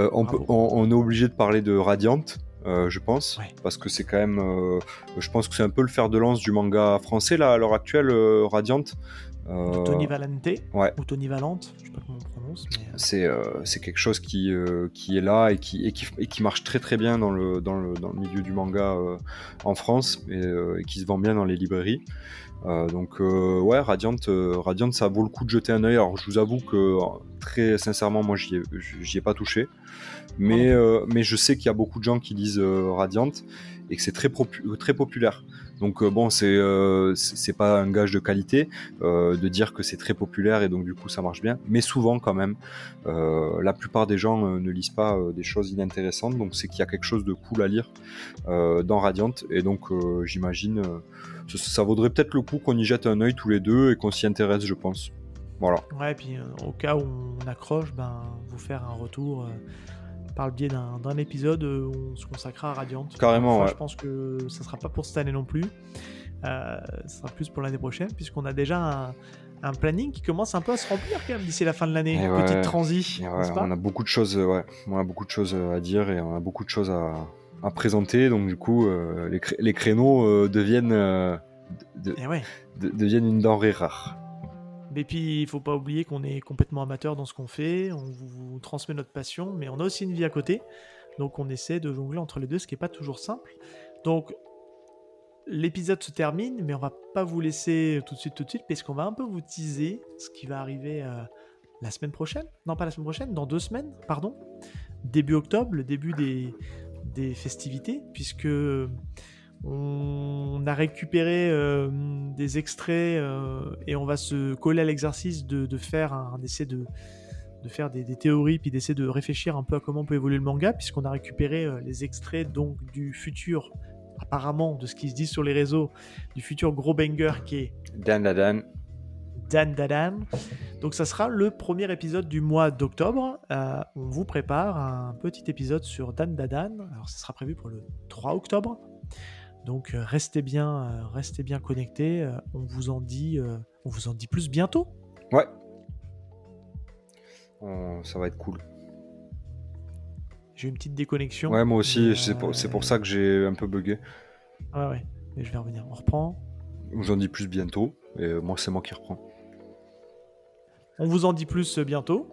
On est obligé de parler de Radiant. Je pense, parce que c'est quand même, je pense que c'est un peu le fer de lance du manga français là à l'heure actuelle, Radiant. Tony Valente, ouais. ou Tony Valente, je sais pas comment on prononce, mais c'est quelque chose qui est là et qui marche très très bien dans le milieu du manga en France, et qui se vend bien dans les librairies. Donc Radiant, ça vaut le coup de jeter un œil. Alors je vous avoue que très sincèrement, moi j'y ai pas touché, mais je sais qu'il y a beaucoup de gens qui lisent Radiant et que c'est très populaire. Donc bon, c'est pas un gage de qualité de dire que c'est très populaire et donc du coup ça marche bien, mais souvent quand même la plupart des gens ne lisent pas des choses inintéressantes, donc c'est qu'il y a quelque chose de cool à lire dans Radiant, et donc j'imagine ça vaudrait peut-être le coup qu'on y jette un œil tous les deux et qu'on s'y intéresse, je pense. Voilà. Ouais, et puis au cas où on accroche, vous faire un retour par le biais d'un épisode où on se consacrera à Radiant. Carrément, ouais. Je pense que ça sera pas pour cette année non plus. Ça sera plus pour l'année prochaine, puisqu'on a déjà un planning qui commence un peu à se remplir quand même d'ici la fin de l'année. Petite transi, n'est-ce pas ? On a beaucoup de choses, on a beaucoup de choses à dire et on a beaucoup de choses à présenter. Donc du coup, les créneaux deviennent une denrée rare. Et puis, il faut pas oublier qu'on est complètement amateur dans ce qu'on fait, on vous transmet notre passion, mais on a aussi une vie à côté, donc on essaie de jongler entre les deux, ce qui n'est pas toujours simple. Donc, l'épisode se termine, mais on va pas vous laisser tout de suite, parce qu'on va un peu vous teaser ce qui va arriver la semaine prochaine. Non, pas la semaine prochaine, dans 2 semaines, pardon. Début octobre, le début des festivités, puisque On a récupéré des extraits et on va se coller à l'exercice de faire d'essayer de faire des théories, puis d'essayer de réfléchir un peu à comment peut évoluer le manga, puisqu'on a récupéré les extraits donc du futur, apparemment, de ce qui se dit sur les réseaux, du futur gros banger qui est Dan Dan. Dan Dan. Donc ça sera le premier épisode du mois d'octobre. On vous prépare un petit épisode sur Dan Dan. Alors ça sera prévu pour le 3 octobre. Donc restez bien connectés. On vous en dit plus bientôt. Ouais. Ça va être cool. J'ai eu une petite déconnexion. Ouais, moi aussi, c'est pour ça que j'ai un peu bugué. Ouais, mais je vais revenir. On reprend. On vous en dit plus bientôt, et moi, c'est moi qui reprends. On vous en dit plus bientôt.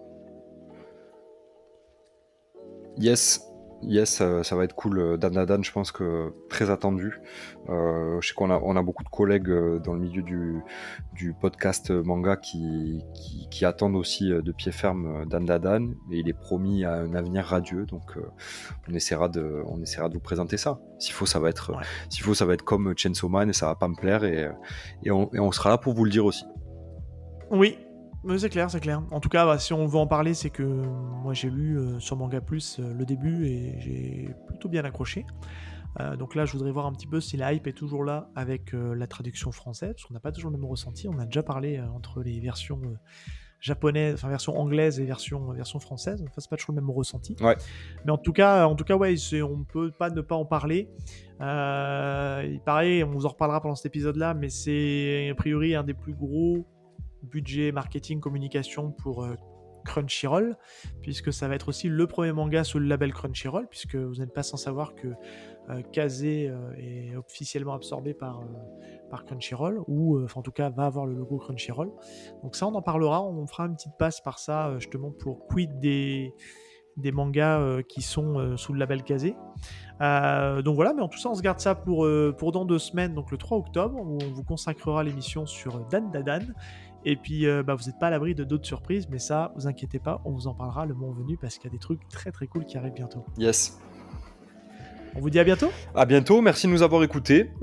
Yes, ça va être cool. Dan, je pense que très attendu. Je sais qu'on a beaucoup de collègues dans le milieu du podcast manga qui attendent aussi de pied ferme Dan, et il est promis à un avenir radieux. Donc on essaiera de vous présenter ça. S'il faut, ça va être comme Chainsaw Man et ça va pas me plaire et on sera là pour vous le dire aussi. Oui. Mais c'est clair. En tout cas, si on veut en parler, c'est que moi j'ai lu sur Manga Plus le début et j'ai plutôt bien accroché. Donc là, je voudrais voir un petit peu si la hype est toujours là avec la traduction française, parce qu'on n'a pas toujours le même ressenti. On a déjà parlé entre les versions japonaises, enfin version anglaise et version française. Enfin, c'est pas toujours le même ressenti. Ouais. Mais en tout cas, ouais, on peut pas ne pas en parler. Il paraît, on vous en reparlera pendant cet épisode-là, mais c'est a priori un des plus gros budget marketing communication pour Crunchyroll, puisque ça va être aussi le premier manga sous le label Crunchyroll, puisque vous n'êtes pas sans savoir que Kaze est officiellement absorbé par Crunchyroll, ou en tout cas va avoir le logo Crunchyroll. Donc ça, on en parlera, on fera une petite passe par ça justement pour quid des mangas qui sont sous le label Kaze. Donc voilà, mais en tout ça, on se garde ça pour dans 2 semaines, donc le 3 octobre, où on vous consacrera l'émission sur Dan. Et puis, vous n'êtes pas à l'abri de d'autres surprises, mais ça, vous inquiétez pas, on vous en parlera le moment venu, parce qu'il y a des trucs très très cool qui arrivent bientôt. Yes. On vous dit à bientôt. À bientôt, merci de nous avoir écoutés.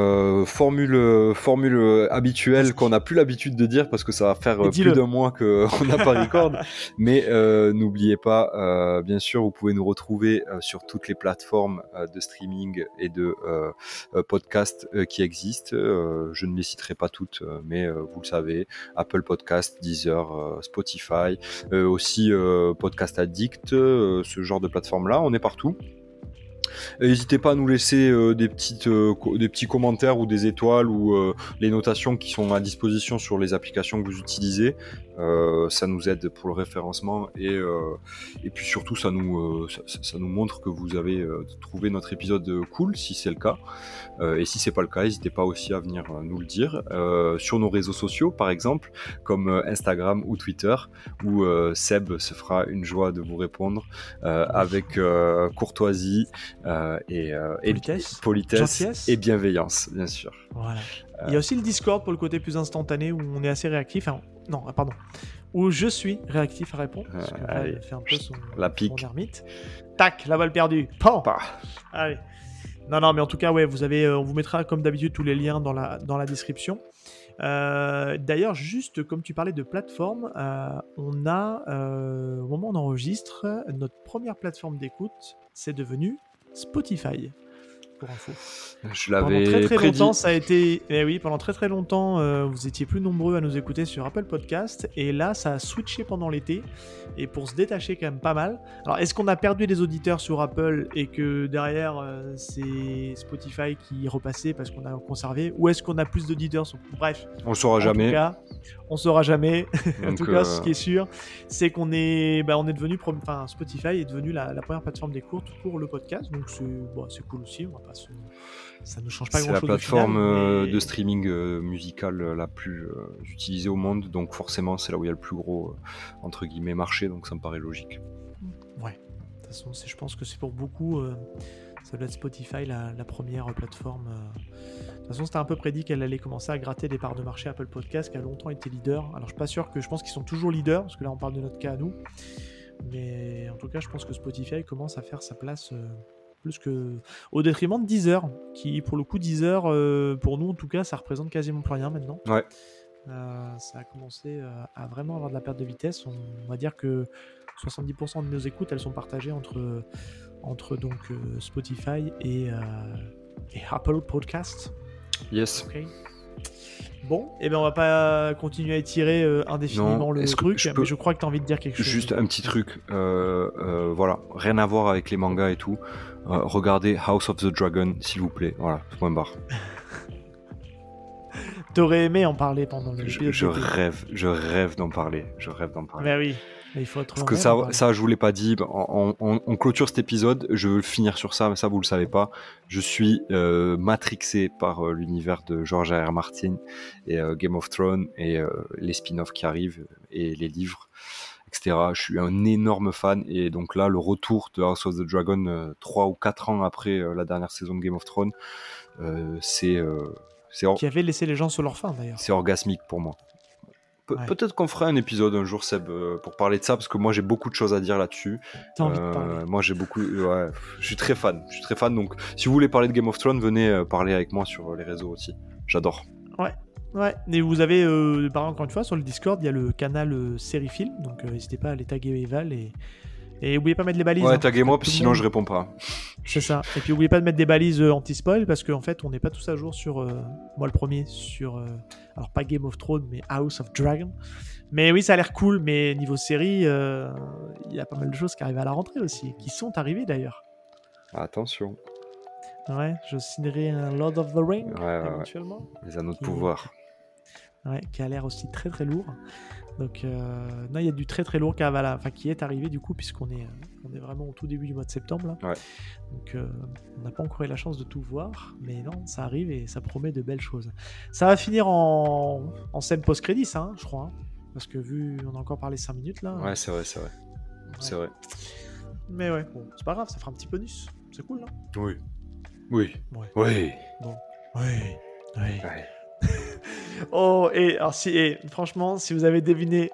Formule habituelle qu'on n'a plus l'habitude de dire parce que ça va faire plus d'un mois qu'on n'a pas record. Mais n'oubliez pas, bien sûr, vous pouvez nous retrouver sur toutes les plateformes de streaming et de podcast qui existent. Je ne les citerai pas toutes, mais vous le savez, Apple Podcast, Deezer, Spotify, aussi Podcast Addict, ce genre de plateforme-là, on est partout. N'hésitez pas à nous laisser des petits commentaires ou des étoiles ou les notations qui sont à disposition sur les applications que vous utilisez. Ça nous aide pour le référencement et puis surtout ça nous montre que vous avez trouvé notre épisode cool si c'est le cas. Et si c'est pas le cas, n'hésitez pas aussi à venir nous le dire sur nos réseaux sociaux par exemple, comme Instagram ou Twitter, où Seb se fera une joie de vous répondre avec courtoisie et politesse et bienveillance, bien sûr. Voilà. Il y a aussi le Discord pour le côté plus instantané, où on est assez réactif. Où je suis réactif à répondre. Parce que là, il fait un peu son ermite. Tac, la balle perdue. Pan. Allez. Non, mais en tout cas, ouais, on vous mettra comme d'habitude tous les liens dans la description. D'ailleurs, juste comme tu parlais de plateforme, on a, au moment où on enregistre, notre première plateforme d'écoute, c'est devenu Spotify. Pour info. Je l'avais pendant très prédit. Longtemps, ça a été. Pendant très longtemps, vous étiez plus nombreux à nous écouter sur Apple Podcast, et là, ça a switché pendant l'été, et pour se détacher quand même pas mal. Alors, est-ce qu'on a perdu des auditeurs sur Apple et que derrière c'est Spotify qui repassait parce qu'on a conservé, ou est-ce qu'on a plus d'auditeurs sur... Bref, on saura jamais. En tout cas, on saura jamais. En tout cas, ce qui est sûr, c'est qu'on est devenu, Spotify est devenu la première plateforme d'écoute pour le podcast, donc c'est cool aussi. On va pas ça ne change pas grand-chose. C'est la plateforme de streaming musical la plus utilisée au monde, donc forcément c'est là où il y a le plus gros entre guillemets marché, donc ça me paraît logique. Ouais, de toute façon je pense que c'est pour beaucoup ça doit être Spotify la première plateforme. De toute façon c'était un peu prédit qu'elle allait commencer à gratter des parts de marché. Apple Podcast qui a longtemps été leader, alors je suis pas sûr je pense qu'ils sont toujours leaders, parce que là on parle de notre cas à nous, mais en tout cas je pense que Spotify commence à faire sa place plus que au détriment de Deezer, qui pour le coup Deezer, pour nous en tout cas, ça représente quasiment plus rien maintenant. Ouais. Ça a commencé à vraiment avoir de la perte de vitesse. On va dire que 70% de nos écoutes, elles sont partagées entre donc Spotify et Apple Podcasts. Yes. Okay. Bon, et ben on va pas continuer à étirer indéfiniment le truc, mais je crois que tu as envie de dire quelque chose. Juste un petit truc, voilà, rien à voir avec les mangas et tout. Regardez House of the Dragon, s'il vous plaît. Voilà, point barre. T'aurais aimé en parler pendant le je rêve d'en parler. Mais oui, mais il faut être. Parce que ça, je vous l'ai pas dit. On clôture cet épisode. Je veux finir sur ça, mais ça vous le savez pas. Je suis matrixé par l'univers de George R.R. Martin et Game of Thrones et les spin-offs qui arrivent et les livres, etc. Je suis un énorme fan et donc là, le retour de House of the Dragon 3 ou 4 ans après la dernière saison de Game of Thrones, qui avait laissé les gens sur leur faim d'ailleurs. C'est orgasmique pour moi. Peut-être qu'on fera un épisode un jour, Seb, pour parler de ça, parce que moi j'ai beaucoup de choses à dire là-dessus. T'as envie de parler. Moi j'ai beaucoup. Ouais, je suis très fan. Donc si vous voulez parler de Game of Thrones, venez parler avec moi sur les réseaux aussi. J'adore. Ouais. Et vous avez, par encore une fois, sur le Discord, il y a le canal Série Film, donc n'hésitez pas à aller taguer Eval et n'oubliez pas de mettre les balises. Ouais, taguez-moi, parce que sinon je réponds pas. C'est ça. Et puis n'oubliez pas de mettre des balises anti-spoil, parce qu'en fait, on n'est pas tous à jour sur. Moi, le premier, sur. Alors, pas Game of Thrones, mais House of Dragon. Mais oui, ça a l'air cool, mais niveau série, il y a pas mal de choses qui arrivent à la rentrée aussi, qui sont arrivées d'ailleurs. Attention. Ouais, je signerai un Lord of the Rings, éventuellement. Ouais. Les anneaux de pouvoir. Ouais, qui a l'air aussi très très lourd. Donc, non, il y a du très très lourd qui est arrivé du coup, puisqu'on est vraiment au tout début du mois de septembre là. Ouais. Donc, on n'a pas encore eu la chance de tout voir, mais non, ça arrive et ça promet de belles choses. Ça va finir en scène post-crédit, ça, hein, je crois. Hein, parce que vu, on a encore parlé 5 minutes là. Ouais, c'est vrai. Ouais. C'est vrai. Mais ouais, bon, c'est pas grave, ça fera un petit bonus. C'est cool, non? Oui. Ouais. Bon. Oui. Oh, et alors franchement, si vous avez deviné,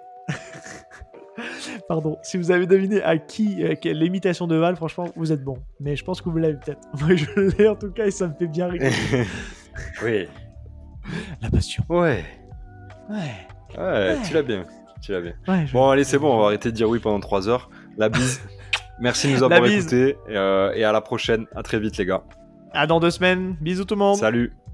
si vous avez deviné à qui l'imitation de Val, franchement, vous êtes bon. Mais je pense que vous l'avez peut-être. Moi, je l'ai en tout cas et ça me fait bien rigoler. Oui. La passion. Ouais, tu l'as bien. Ouais, bon, allez, c'est bon, on va arrêter de dire oui pendant 3 heures. La bise. Merci de nous avoir écoutés et à la prochaine. À très vite, les gars. À dans 2 semaines. Bisous tout le monde. Salut.